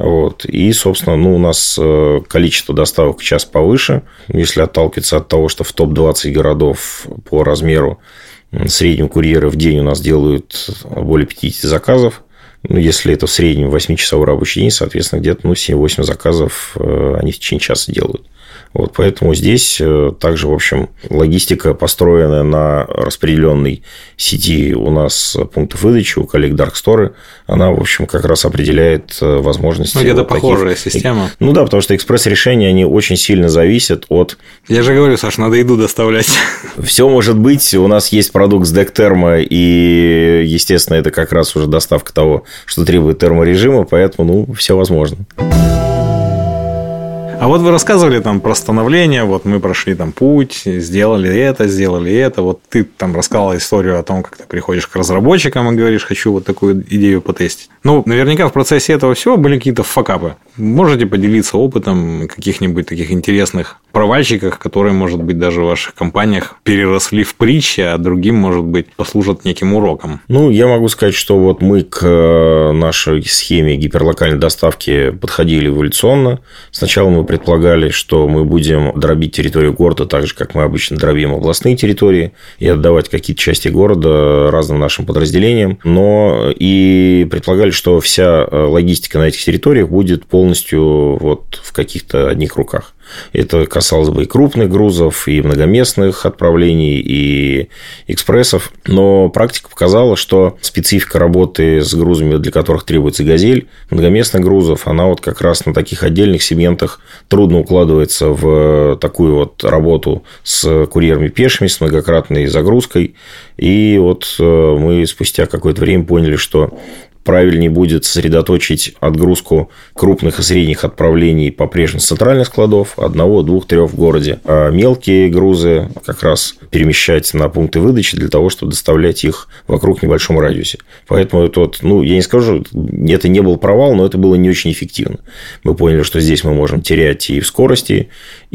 И, собственно, у нас количество доставок в час повыше. Если отталкиваться от того, что в топ-20 городов по размеру среднего курьера в день у нас делают более 50 заказов. Если это в среднем 8-часовой рабочий день, соответственно, где-то 7-8 заказов они в течение часа делают. Поэтому здесь также, в общем, логистика, построенная на распределенной сети у нас пунктов выдачи, у коллег Dark Store, она, в общем, как раз определяет возможности. Где-то похожая система. Потому что экспресс-решения, они очень сильно зависят от... Я же говорю, Саш, надо еду доставлять. Все может быть. У нас есть продукт SDEC термо, и, естественно, это как раз уже доставка того, что требует терморежима, поэтому, все возможно. А А вот вы рассказывали там про становление, вот мы прошли там путь, сделали это. Вот ты там рассказал историю о том, как ты приходишь к разработчикам и говоришь, хочу вот такую идею потестить. Ну, наверняка в процессе этого всего были какие-то факапы. Можете поделиться опытом каких-нибудь таких интересных провальчиках, которые, может быть, даже в ваших компаниях переросли в притчи, а другим, может быть, послужат неким уроком? Ну, я могу сказать, что вот мы к нашей схеме гиперлокальной доставки подходили эволюционно. Сначала мы предполагали, что мы будем дробить территорию города так же, как мы обычно дробим областные территории, и отдавать какие-то части города разным нашим подразделениям. Но и предполагали, что вся логистика на этих территориях будет полностью вот в каких-то одних руках. Это касалось бы и крупных грузов, и многоместных отправлений, и экспрессов. Но практика показала, что специфика работы с грузами, для которых требуется газель, многоместных грузов, она вот как раз на таких отдельных сегментах трудно укладывается в такую вот работу с курьерами пешими, с многократной загрузкой. И вот мы спустя какое-то время поняли, что правильнее будет сосредоточить отгрузку крупных и средних отправлений по-прежнему с центральных складов, 1, 2, 3 в городе, а мелкие грузы как раз перемещать на пункты выдачи для того, чтобы доставлять их вокруг небольшом радиусе. Поэтому это вот, я не скажу, это не был провал, но это было не очень эффективно. Мы поняли, что здесь мы можем терять и в скорости,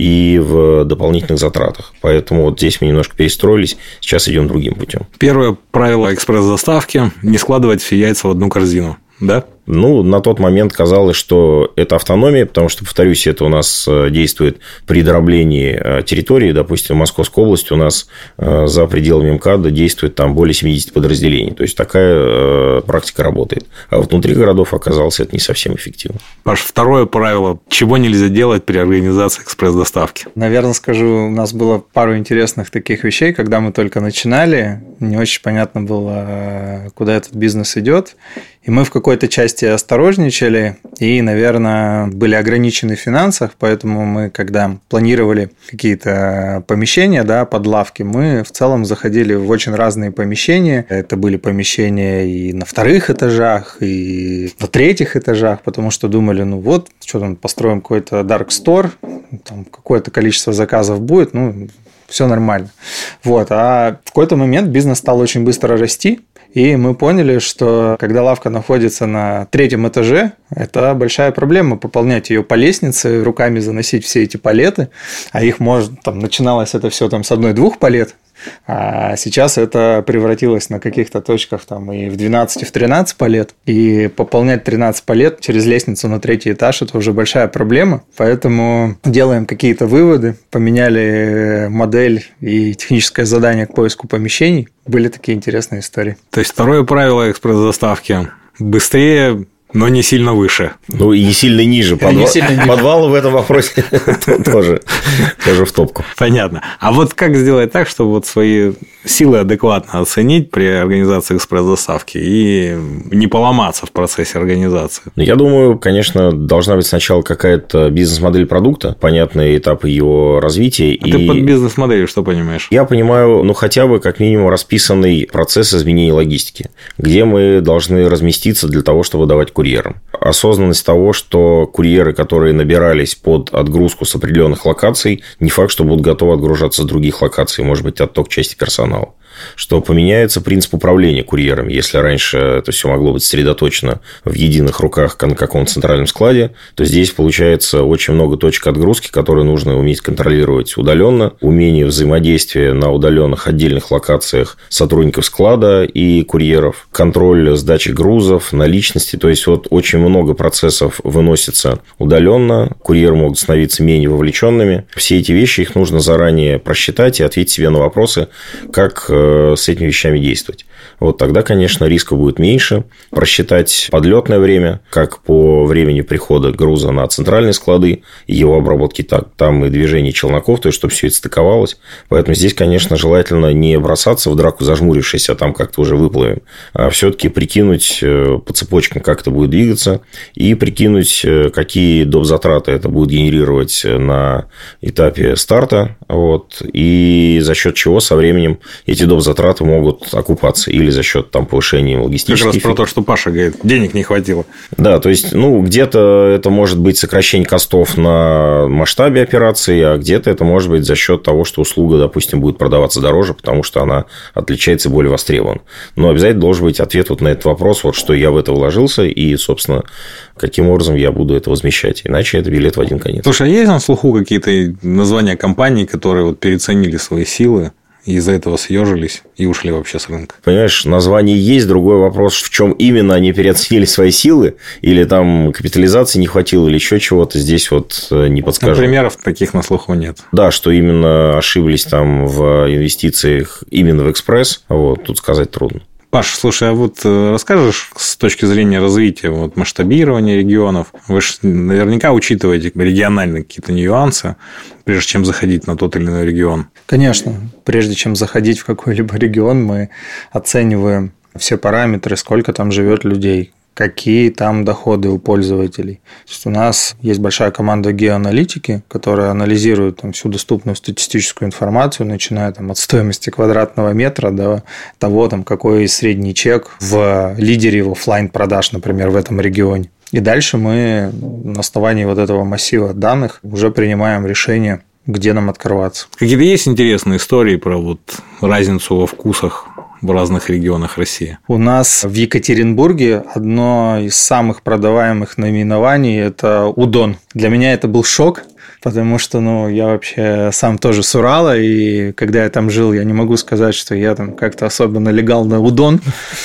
и в дополнительных затратах. Поэтому вот здесь мы немножко перестроились, сейчас идем другим путем. Первое правило экспресс-доставки – не складывать все яйца в одну корзину, да? На тот момент казалось, что это автономия, потому что, повторюсь, это у нас действует при дроблении территории. Допустим, в Московской области у нас за пределами МКАДа действует там более 70 подразделений. То есть, такая практика работает. А вот внутри городов оказалось это не совсем эффективно. Паш, второе правило. Чего нельзя делать при организации экспресс-доставки? Наверное, скажу, у нас было пару интересных таких вещей. Когда мы только начинали, не очень понятно было, куда этот бизнес идет. И мы в какой-то части осторожничали и, наверное, были ограничены в финансах, поэтому мы, когда планировали какие-то помещения, под лавки, мы в целом заходили в очень разные помещения. Это были помещения и на 2-х этажах, и на 3-х этажах, потому что думали, что там, построим какой-то dark store, там какое-то количество заказов будет, все нормально. А в какой-то момент бизнес стал очень быстро расти. И мы поняли, что когда лавка находится на 3-м этаже, это большая проблема пополнять ее по лестнице, руками заносить все эти палеты, а их начиналось это все с 1-2 палет, а сейчас это превратилось на каких-то точках и в 12, и в 13 палет. И пополнять 13 палет через лестницу на 3-й этаж – это уже большая проблема. Поэтому делаем какие-то выводы, поменяли модель и техническое задание к поиску помещений. Были такие интересные истории. То есть, второе правило экспресс-доставки – быстрее, но не сильно выше. И не сильно ниже. Подвалы в этом вопросе тоже в топку. Понятно. А вот как сделать так, чтобы свои силы адекватно оценить при организации экспресс-доставки и не поломаться в процессе организации? Я думаю, конечно, должна быть сначала какая-то бизнес-модель продукта, понятные этапы его развития. Ты под бизнес-моделью что понимаешь? Я понимаю, хотя бы как минимум расписанный процесс изменения логистики, где мы должны разместиться для того, чтобы давать курьерам. Осознанность того, что курьеры, которые набирались под отгрузку с определенных локаций, не факт, что будут готовы отгружаться с других локаций, может быть, отток части персонала. Что поменяется принцип управления курьерами. Если раньше это все могло быть сосредоточено в единых руках на каком-то центральном складе, то здесь получается очень много точек отгрузки, которые нужно уметь контролировать удаленно. Умение взаимодействия на удаленных отдельных локациях сотрудников склада и курьеров. Контроль сдачи грузов, наличности. То есть, очень много процессов выносится удаленно. Курьеры могут становиться менее вовлеченными. Все эти вещи их нужно заранее просчитать и ответить себе на вопросы, как с этими вещами действовать. Тогда, конечно, риска будет меньше. Просчитать подлетное время, как по времени прихода груза на центральные склады, и его обработки там и движение челноков, то есть, чтобы все это стыковалось. Поэтому здесь, конечно, желательно не бросаться в драку, зажмурившись, а там как-то уже выплывем, а все-таки прикинуть по цепочкам, как это будет двигаться, и прикинуть, какие доп. Затраты это будет генерировать на этапе старта, и за счет чего со временем эти доп. Затраты могут окупаться. или за счет там повышения логистических. Как раз про то, что Паша говорит, денег не хватило. Да, то есть, где-то это может быть сокращение костов на масштабе операции, а где-то это может быть за счет того, что услуга, допустим, будет продаваться дороже, потому что она отличается и более востребована. Но обязательно должен быть ответ вот на этот вопрос, вот что я в это вложился и, собственно, каким образом я буду это возмещать. Иначе это билет в один конец. Слушай, а есть на слуху какие-то названия компаний, которые вот переоценили свои силы и из-за этого съежились и ушли вообще с рынка? Понимаешь, название есть. Другой вопрос, в чем именно они переоценили свои силы, или там капитализации не хватило, или еще чего-то, здесь вот не подскажу. Примеров таких на слуху нет. Да, что именно ошиблись там в инвестициях именно в экспресс, вот, тут сказать трудно. Паш, слушай, а вот расскажешь с точки зрения развития масштабирования регионов? Вы же наверняка учитываете региональные какие-то нюансы, прежде чем заходить на тот или иной регион. Конечно. Прежде чем заходить в какой-либо регион, мы оцениваем все параметры, сколько там живет людей, какие там доходы у пользователей. То есть у нас есть большая команда геоаналитики, которая анализирует там всю доступную статистическую информацию, начиная там от стоимости квадратного метра до того, там, какой средний чек в лидере в офлайн продаж, например, в этом регионе. И дальше мы на основании вот этого массива данных уже принимаем решение, где нам открываться. Какие-то есть интересные истории про разницу во вкусах в разных регионах России? У нас в Екатеринбурге одно из самых продаваемых наименований – это удон. Для меня это был шок, потому что я вообще сам тоже с Урала, и когда я там жил, я не могу сказать, что я там как-то особо налегал на удон.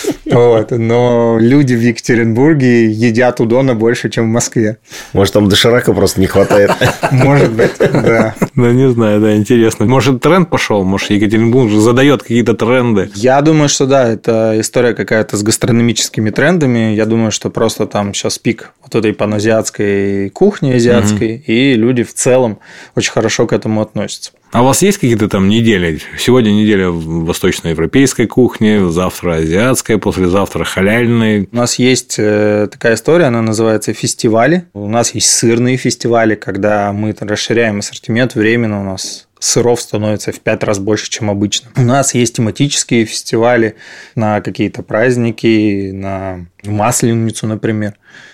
Но люди в Екатеринбурге едят удона больше, чем в Москве. Может, там доширака просто не хватает? Может быть, да. Да, не знаю, да, интересно. Может, тренд пошел? Может, Екатеринбург же задает какие-то тренды? Я думаю, что да, это история какая-то с гастрономическими трендами. Я думаю, что просто там сейчас пик вот этой паназиатской кухни азиатской, и люди в целом очень хорошо к этому относятся. А у вас есть какие-то там недели? Сегодня неделя восточноевропейской кухни, завтра азиатская, послезавтра халяльной. У нас есть такая история, она называется фестивали. У нас есть сырные фестивали, когда мы расширяем ассортимент, временно у нас сыров становится в 5 раз больше, чем обычно. У нас есть тематические фестивали на какие-то праздники, на Масленицу, например.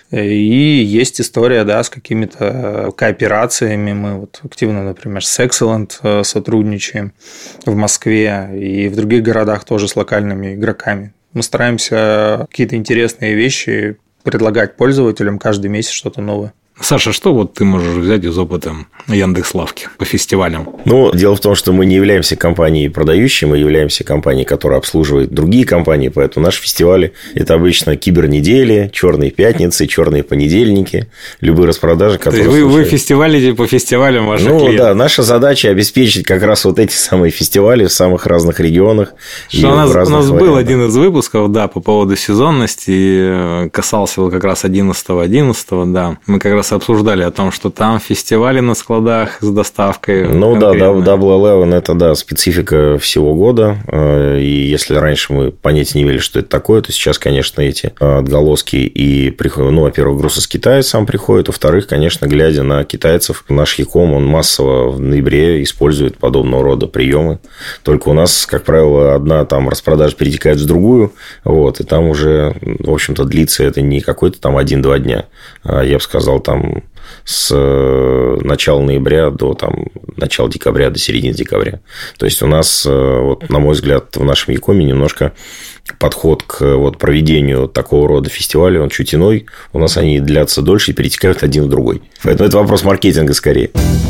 И есть история, да, с какими-то кооперациями. Мы активно, например, с Excellent сотрудничаем в Москве и в других городах тоже с локальными игроками. Мы стараемся какие-то интересные вещи предлагать пользователям каждый месяц, что-то новое. Саша, что ты можешь взять из опыта Яндекс.Лавки по фестивалям? Дело в том, что мы не являемся компанией продающей, мы являемся компанией, которая обслуживает другие компании, поэтому наши фестивали – это обычно кибернедели, черные пятницы, черные понедельники, любые распродажи, которые вы фестивалите по фестивалям ваших клиентов? Да, наша задача – обеспечить как раз эти самые фестивали в самых разных регионах. У нас был один из выпусков, да, по поводу сезонности, касался как раз 11.11, да, мы как раз обсуждали о том, что там фестивали на складах с доставкой. Да, Double 11 – это, да, специфика всего года. И если раньше мы понятия не имели, что это такое, то сейчас, конечно, эти отголоски и приходят. Во-первых, груз из Китая сам приходит. Во-вторых, конечно, глядя на китайцев, наш Яком, он массово в ноябре использует подобного рода приемы. Только у нас, как правило, одна там распродажа перетекает в другую. И там уже, в общем-то, длится это не какой-то там 1-2 дня. Я бы сказал, там с начала ноября до начала декабря, до середины декабря. То есть у нас, на мой взгляд, в нашем Якоме немножко подход к проведению такого рода фестиваля, он чуть иной. У нас они длятся дольше и перетекают один в другой. Поэтому это вопрос маркетинга скорее.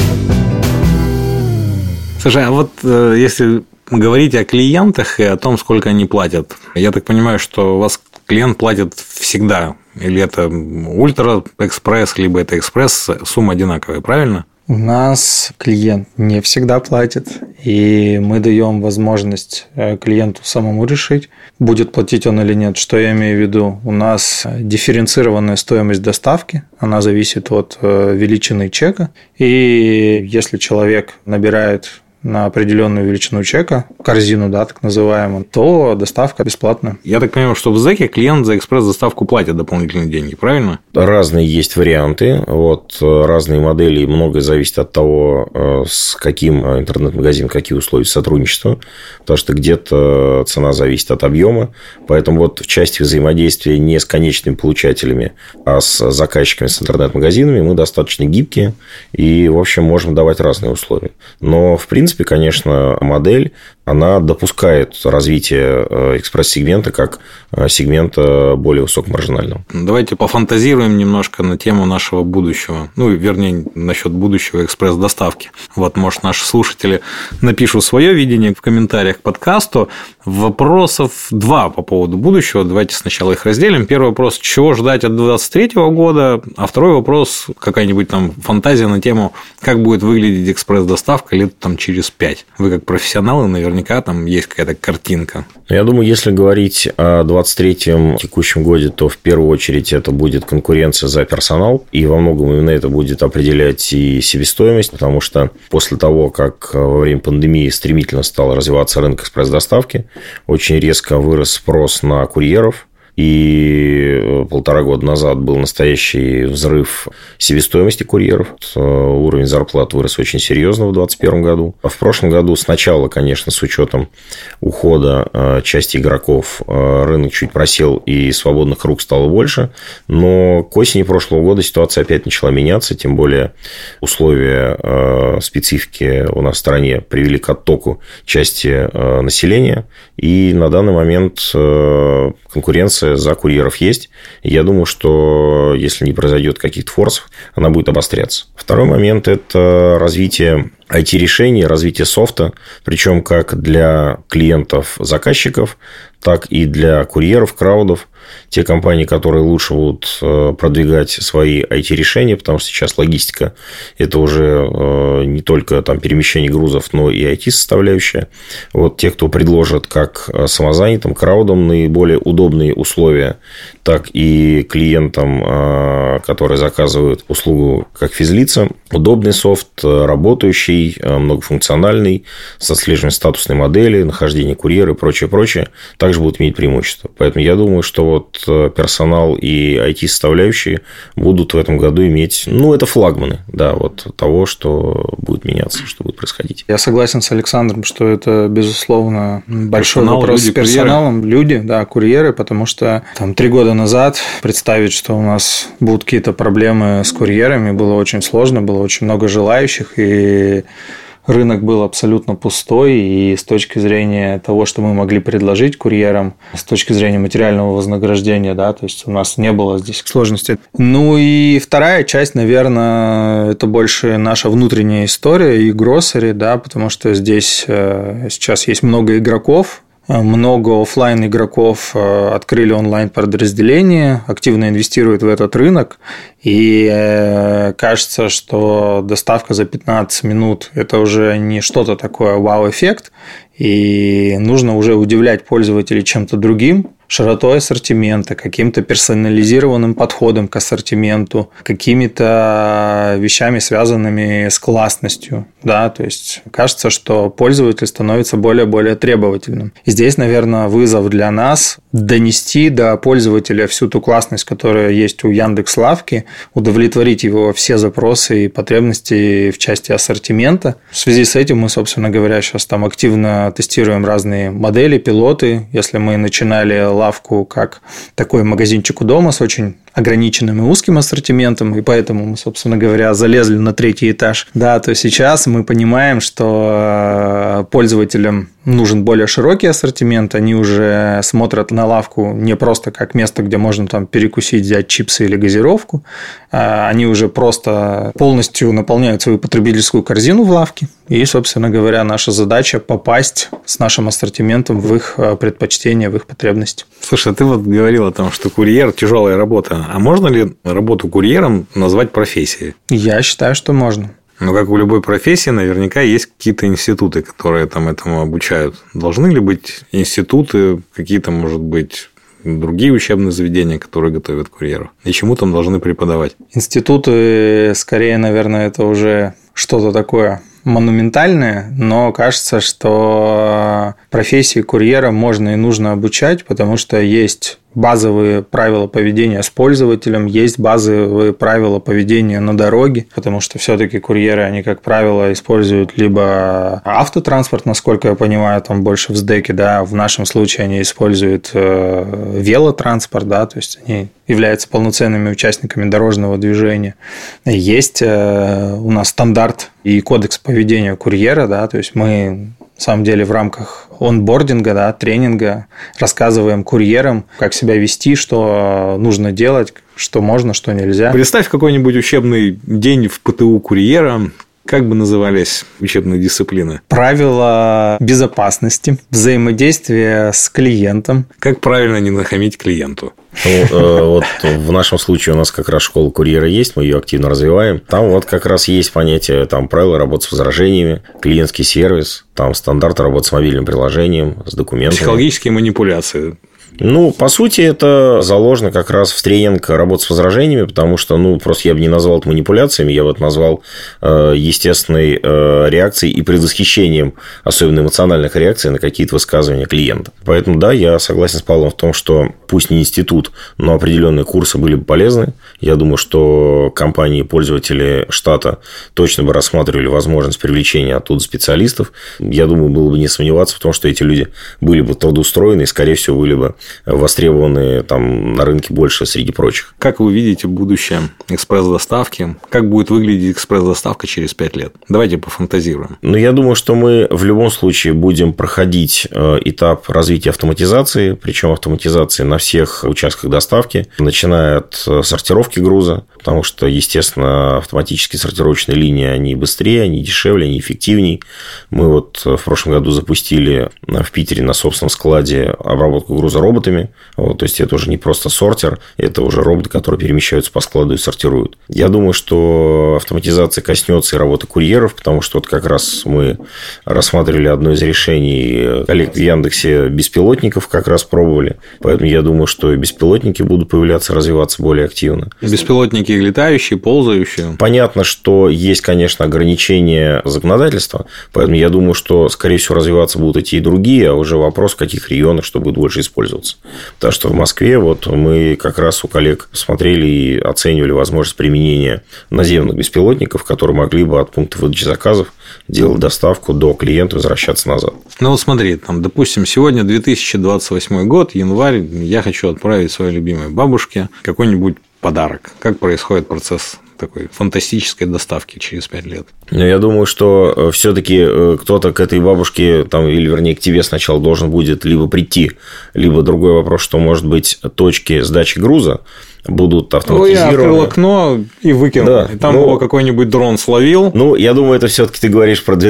Слушай, а если говорить о клиентах и о том, сколько они платят, я так понимаю, что у вас клиент платит всегда. Или это ультра экспресс, либо это экспресс, сумма одинаковая, правильно? У нас клиент не всегда платит, и мы даем возможность клиенту самому решить, будет платить он или нет. Что я имею в виду? У нас дифференцированная стоимость доставки, она зависит от величины чека, и если человек набирает на определенную величину чека, корзину, да, так называемую, то доставка бесплатная. Я так понимаю, что в ЗЭКе клиент за экспресс-доставку платит дополнительные деньги, правильно? Разные есть варианты, разные модели, многое зависит от того, с каким интернет-магазином, какие условия сотрудничества, потому что где-то цена зависит от объема, поэтому в части взаимодействия не с конечными получателями, а с заказчиками, с интернет-магазинами мы достаточно гибкие и, в общем, можем давать разные условия. Но, в принципе, конечно, модель, она допускает развитие экспресс-сегмента как сегмента более высокомаржинального. Давайте пофантазируем немножко на тему нашего будущего. Вернее, насчет будущего экспресс-доставки. Может, наши слушатели напишут свое видение в комментариях к подкасту. Вопросов 2 по поводу будущего. Давайте сначала их разделим. Первый вопрос, чего ждать от 2023 года, а второй вопрос, какая-нибудь там фантазия на тему, как будет выглядеть экспресс-доставка лет через 5. Вы как профессионалы, наверняка там есть какая-то картинка. Я думаю, если говорить о 2023 текущем годе, то в первую очередь это будет конкуренция за персонал, и во многом именно это будет определять и себестоимость, потому что после того, как во время пандемии стремительно стал развиваться рынок экспресс-доставки, очень резко вырос спрос на курьеров, и 1,5 года назад был настоящий взрыв себестоимости курьеров. Уровень зарплат вырос очень серьезно в 2021 году. А в прошлом году сначала, конечно, с учетом ухода части игроков, рынок чуть просел и свободных рук стало больше. Но к осени прошлого года ситуация опять начала меняться. Тем более условия специфики у нас в стране привели к оттоку части населения. И на данный момент конкуренция за курьеров есть. И я думаю, что если не произойдет каких-то форсов, она будет обостряться. Второй момент – это развитие IT-решений, развитие софта, причем как для клиентов-заказчиков, так и для курьеров, краудов. Те компании, которые лучше будут продвигать свои IT-решения, потому что сейчас логистика – это уже не только перемещение грузов, но и IT-составляющая. Те, кто предложат как самозанятым, краудам наиболее удобные условия, так и клиентам, которые заказывают услугу как физлица, удобный софт, работающий, многофункциональный, с отслеживанием статусной модели, нахождение курьера и прочее, также будут иметь преимущество. Поэтому я думаю, что персонал и IT-составляющие будут в этом году иметь, это флагманы, того, что будет меняться, что будет происходить. Я согласен с Александром, что это, безусловно, большой вопрос с персоналом. Люди, курьеры, потому что 3 года назад представить, что у нас будут какие-то проблемы с курьерами, было очень сложно, было очень много желающих, и рынок был абсолютно пустой, и с точки зрения того, что мы могли предложить курьерам, с точки зрения материального вознаграждения, то есть у нас не было здесь сложностей. И вторая часть, наверное, это больше наша внутренняя история и гроссери, потому что здесь сейчас есть много игроков, много офлайн игроков открыли онлайн подразделения, активно инвестируют в этот рынок, и кажется, что доставка за 15 минут – это уже не что-то такое вау-эффект, и нужно уже удивлять пользователей чем-то другим, широтой ассортимента, каким-то персонализированным подходом к ассортименту, какими-то вещами, связанными с классностью. То есть кажется, что пользователь становится более-более требовательным. И здесь, наверное, вызов для нас донести до пользователя всю ту классность, которая есть у Яндекс.Лавки, удовлетворить его все запросы и потребности в части ассортимента. В связи с этим мы, собственно говоря, сейчас активно тестируем разные модели, пилоты. Если мы начинали лавку как такой магазинчик у дома с очень ограниченным и узким ассортиментом, и поэтому мы, собственно говоря, залезли на 3-й этаж, то сейчас мы понимаем, что пользователям нужен более широкий ассортимент, они уже смотрят на лавку не просто как место, где можно перекусить, взять чипсы или газировку, они уже просто полностью наполняют свою потребительскую корзину в лавке, и, собственно говоря, наша задача попасть с нашим ассортиментом в их предпочтения, в их потребности. Слушай, ты говорил о том, что курьер – тяжелая работа. А можно ли работу курьером назвать профессией? Я считаю, что можно. Как у любой профессии, наверняка есть какие-то институты, которые этому обучают. Должны ли быть институты, какие-то, может быть, другие учебные заведения, которые готовят курьеров? И чему там должны преподавать? Институты, скорее, наверное, это уже что-то такое монументальные, но кажется, что профессии курьера можно и нужно обучать, потому что есть базовые правила поведения с пользователем, есть базовые правила поведения на дороге, потому что все-таки курьеры, они, как правило, используют либо автотранспорт, насколько я понимаю, там больше в СДЭКе, да, в нашем случае они используют велотранспорт, да, то есть они являются полноценными участниками дорожного движения. Есть у нас стандарт и кодекс поведения курьера, да, то есть мы на самом деле в рамках онбординга, да, тренинга рассказываем курьерам, как себя вести, что нужно делать, что можно, что нельзя. Представь какой-нибудь учебный день в ПТУ курьера. Как бы назывались учебные дисциплины? Правила безопасности, взаимодействие с клиентом. Как правильно не нахамить клиенту? Вот в нашем случае у нас как раз школа курьера есть, мы ее активно развиваем. Там вот как раз есть понятие там, правила работы с возражениями, клиентский сервис, там стандарты работы с мобильным приложением, с документами. Психологические манипуляции. Ну, по сути, это заложено как раз в тренинг работы с возражениями, потому что, ну, просто я бы не назвал это манипуляциями, я бы это назвал естественной реакцией и предвосхищением, особенно эмоциональных реакций на какие-то высказывания клиента. Поэтому, да, я согласен с Павлом в том, что пусть не институт, но определенные курсы были бы полезны. Я думаю, что компании, пользователи штата точно бы рассматривали возможность привлечения оттуда специалистов. Я думаю, было бы не сомневаться в том, что эти люди были бы трудоустроены и, скорее всего, были бы востребованы там на рынке больше среди прочих. Как вы видите будущее экспресс-доставки? Как будет выглядеть экспресс-доставка через 5 лет? Давайте пофантазируем. Ну, я думаю, что мы в любом случае будем проходить этап развития автоматизации, причем автоматизации на всех участках доставки, начиная от сортировки груза, потому что, естественно, автоматические сортировочные линии, они быстрее, они дешевле, они эффективнее. Мы вот в прошлом году запустили в Питере на собственном складе обработку груза роботами. Вот, то есть, это уже не просто сортер, это уже роботы, которые перемещаются по складу и сортируют. Я думаю, что автоматизация коснется и работы курьеров, потому что вот как раз мы рассматривали одно из решений коллег в Яндексе беспилотников, как раз пробовали. Поэтому я думаю, что и беспилотники будут появляться, развиваться более активно. Беспилотники летающие, ползающие. Понятно, что есть, конечно, ограничения законодательства, поэтому я думаю, что, скорее всего, развиваться будут эти и другие, а уже вопрос, в каких регионах что будет больше использоваться. Потому что в Москве вот мы как раз у коллег смотрели и оценивали возможность применения наземных беспилотников, которые могли бы от пункта выдачи заказов делать доставку до клиента и возвращаться назад. Ну, вот смотри, там, допустим, сегодня 2028 год, январь, я хочу отправить своей любимой бабушке какой-нибудь подарок. Как происходит процесс такой фантастической доставки через 5 лет? Но я думаю, что все-таки кто-то к этой бабушке, там, или вернее к тебе сначала должен будет либо прийти, либо другой вопрос, что, может быть, точки сдачи груза будут автоматизированы. Ну, я открыл окно и выкинул. Да, и там его какой-нибудь дрон словил. Ну, я думаю, это все-таки ты говоришь про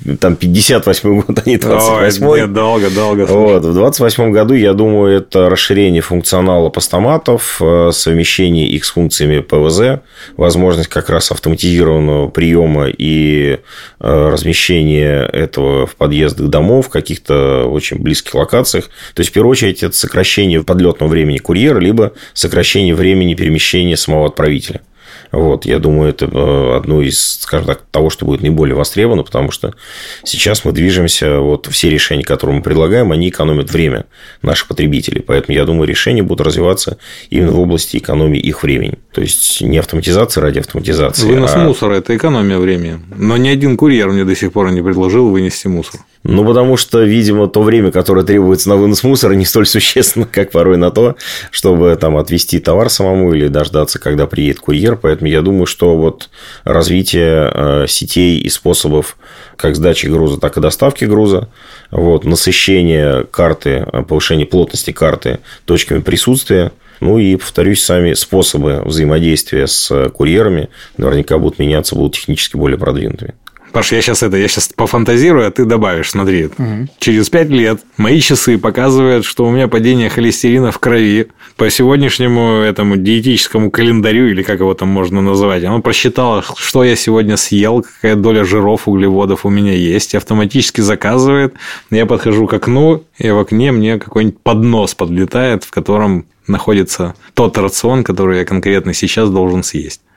2058 год, а не 28-й. Нет, долго. Вот. В 2028 году, я думаю, это расширение функционала постаматов, совмещение их с функциями ПВЗ, возможность как раз автоматизированного приема и размещения этого в подъездах домов, в каких-то очень близких локациях. То есть, в первую очередь, это сокращение подлетного времени курьера, либо сокращение времени перемещения самого отправителя. Вот, я думаю, это одно из, скажем так, того, что будет наиболее востребовано, потому что сейчас мы движемся, вот все решения, которые мы предлагаем, они экономят время наших потребителей. Поэтому, я думаю, решения будут развиваться именно в области экономии их времени. То есть, не автоматизация ради автоматизации. Вынос мусора – это экономия времени. Но ни один курьер мне до сих пор не предложил вынести мусор. Ну, потому что, видимо, то время, которое требуется на вынос мусора, не столь существенно, как порой на то, чтобы там отвезти товар самому или дождаться, когда приедет курьер. Поэтому я думаю, что вот развитие сетей и способов как сдачи груза, так и доставки груза, вот, насыщение карты, повышение плотности карты точками присутствия. Ну и, повторюсь, сами способы взаимодействия с курьерами наверняка будут меняться, будут технически более продвинутыми. Паш, я сейчас пофантазирую, а ты добавишь, смотри. Через 5 лет мои часы показывают, что у меня падение холестерина в крови. По сегодняшнему этому диетическому календарю, или как его там можно называть, оно просчитало, что я сегодня съел, какая доля жиров, углеводов у меня есть, и автоматически заказывает. Я подхожу к окну, и в окне мне какой-нибудь поднос подлетает, в котором находится тот рацион, который я конкретно сейчас должен съесть.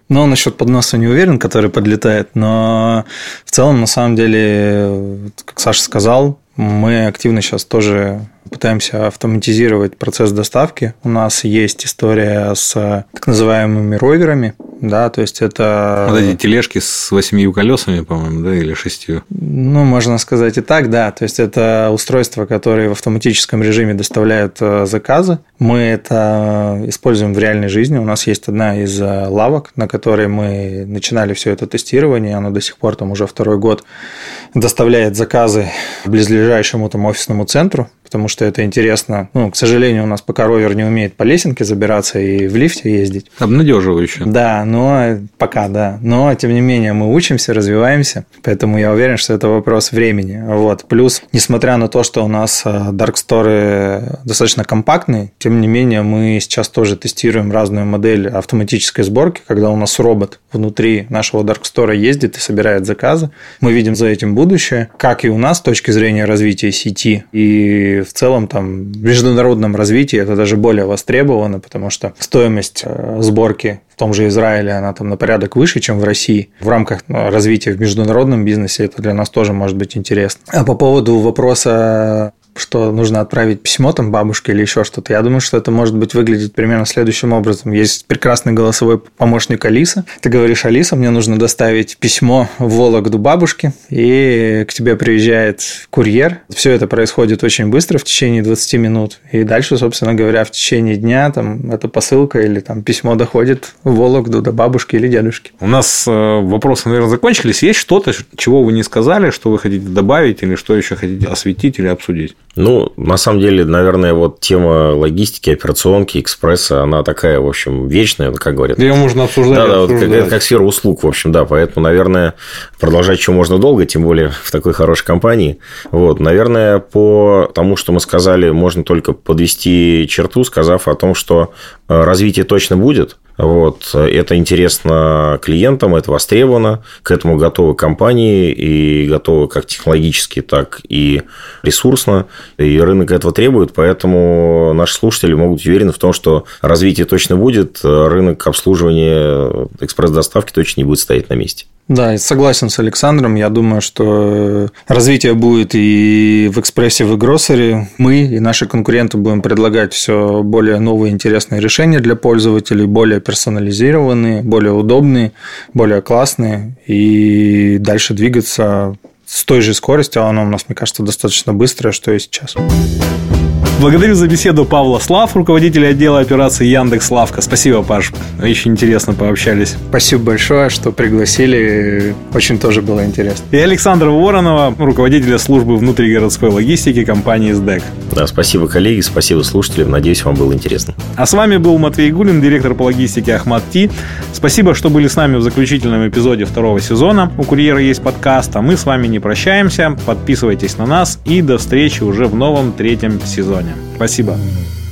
Но насчет подноса не уверен, который подлетает, но в целом, на самом деле, как Саша сказал, мы активно сейчас тоже пытаемся автоматизировать процесс доставки. У нас есть история с так называемыми роверами, да, то есть это... Вот эти тележки с 8 колесами, по-моему, да, или 6? Ну, можно сказать и так, да. То есть это устройства, которые в автоматическом режиме доставляют заказы. Мы это используем в реальной жизни. У нас есть одна из лавок, на которой мы начинали все это тестирование. Она до сих пор там уже 2-й год доставляет заказы близлежащему там офисному центру, потому что это интересно. Ну, к сожалению, у нас пока ровер не умеет по лесенке забираться и в лифте ездить. Обнадеживающе. Да, но пока, да. Но, тем не менее, мы учимся, развиваемся, поэтому я уверен, что это вопрос времени. Вот. Плюс, несмотря на то, что у нас Dark Store достаточно компактный, тем не менее, мы сейчас тоже тестируем разную модель автоматической сборки, когда у нас робот внутри нашего Dark Store ездит и собирает заказы. Мы видим за этим будущее, как и у нас с точки зрения развития сети. И в целом там в международном развитии это даже более востребовано, потому что стоимость сборки в том же Израиле, она там на порядок выше, чем в России. В рамках развития в международном бизнесе это для нас тоже может быть интересно. А по поводу вопроса, что нужно отправить письмо там бабушке или еще что-то, я думаю, что это может быть выглядеть примерно следующим образом. Есть прекрасный голосовой помощник Алиса. Ты говоришь: Алиса, мне нужно доставить письмо в Вологду бабушке, и к тебе приезжает курьер. Все это происходит очень быстро, в течение 20 минут. И дальше, собственно говоря, в течение дня там эта посылка или там письмо доходит в Вологду до бабушки или дедушки. У нас вопросы, наверное, закончились. Есть что-то, чего вы не сказали, что вы хотите добавить, или что еще хотите осветить или обсудить? Ну, на самом деле, наверное, вот тема логистики, операционки, экспресса, она такая, в общем, вечная, как говорят. Ее можно обсуждать. Да, вот как сфера услуг, в общем, да. Поэтому, наверное, продолжать еще можно долго, тем более в такой хорошей компании. Вот, наверное, по тому, что мы сказали, можно только подвести черту, сказав о том, что развитие точно будет. Вот, это интересно клиентам, это востребовано, к этому готовы компании, и готовы как технологически, так и ресурсно, и рынок этого требует, поэтому наши слушатели могут быть уверены в том, что развитие точно будет, рынок обслуживания экспресс-доставки точно не будет стоять на месте. Да, я согласен с Александром. Я думаю, что развитие будет и в экспрессе, и в гроссери. Мы и наши конкуренты будем предлагать все более новые интересные решения для пользователей, более персонализированные, более удобные, более классные, и дальше двигаться с той же скоростью, а она у нас, мне кажется, достаточно быстрая, что и сейчас. Благодарю за беседу Павла Слав, руководителя отдела операций Яндекс.Лавка. Спасибо, Паш. Очень интересно пообщались. Спасибо большое, что пригласили. Очень тоже было интересно. И Александра Воронова, руководителя службы внутригородской логистики компании СДЭК. Да, спасибо, коллеги, спасибо слушателям. Надеюсь, вам было интересно. А с вами был Матвей Гулин, директор по логистике Ахмад Ти. Спасибо, что были с нами в заключительном эпизоде 2-го сезона. У «Курьера» есть подкаст, а мы с вами не прощаемся. Подписывайтесь на нас и до встречи уже в новом 3-м сезоне. Спасибо.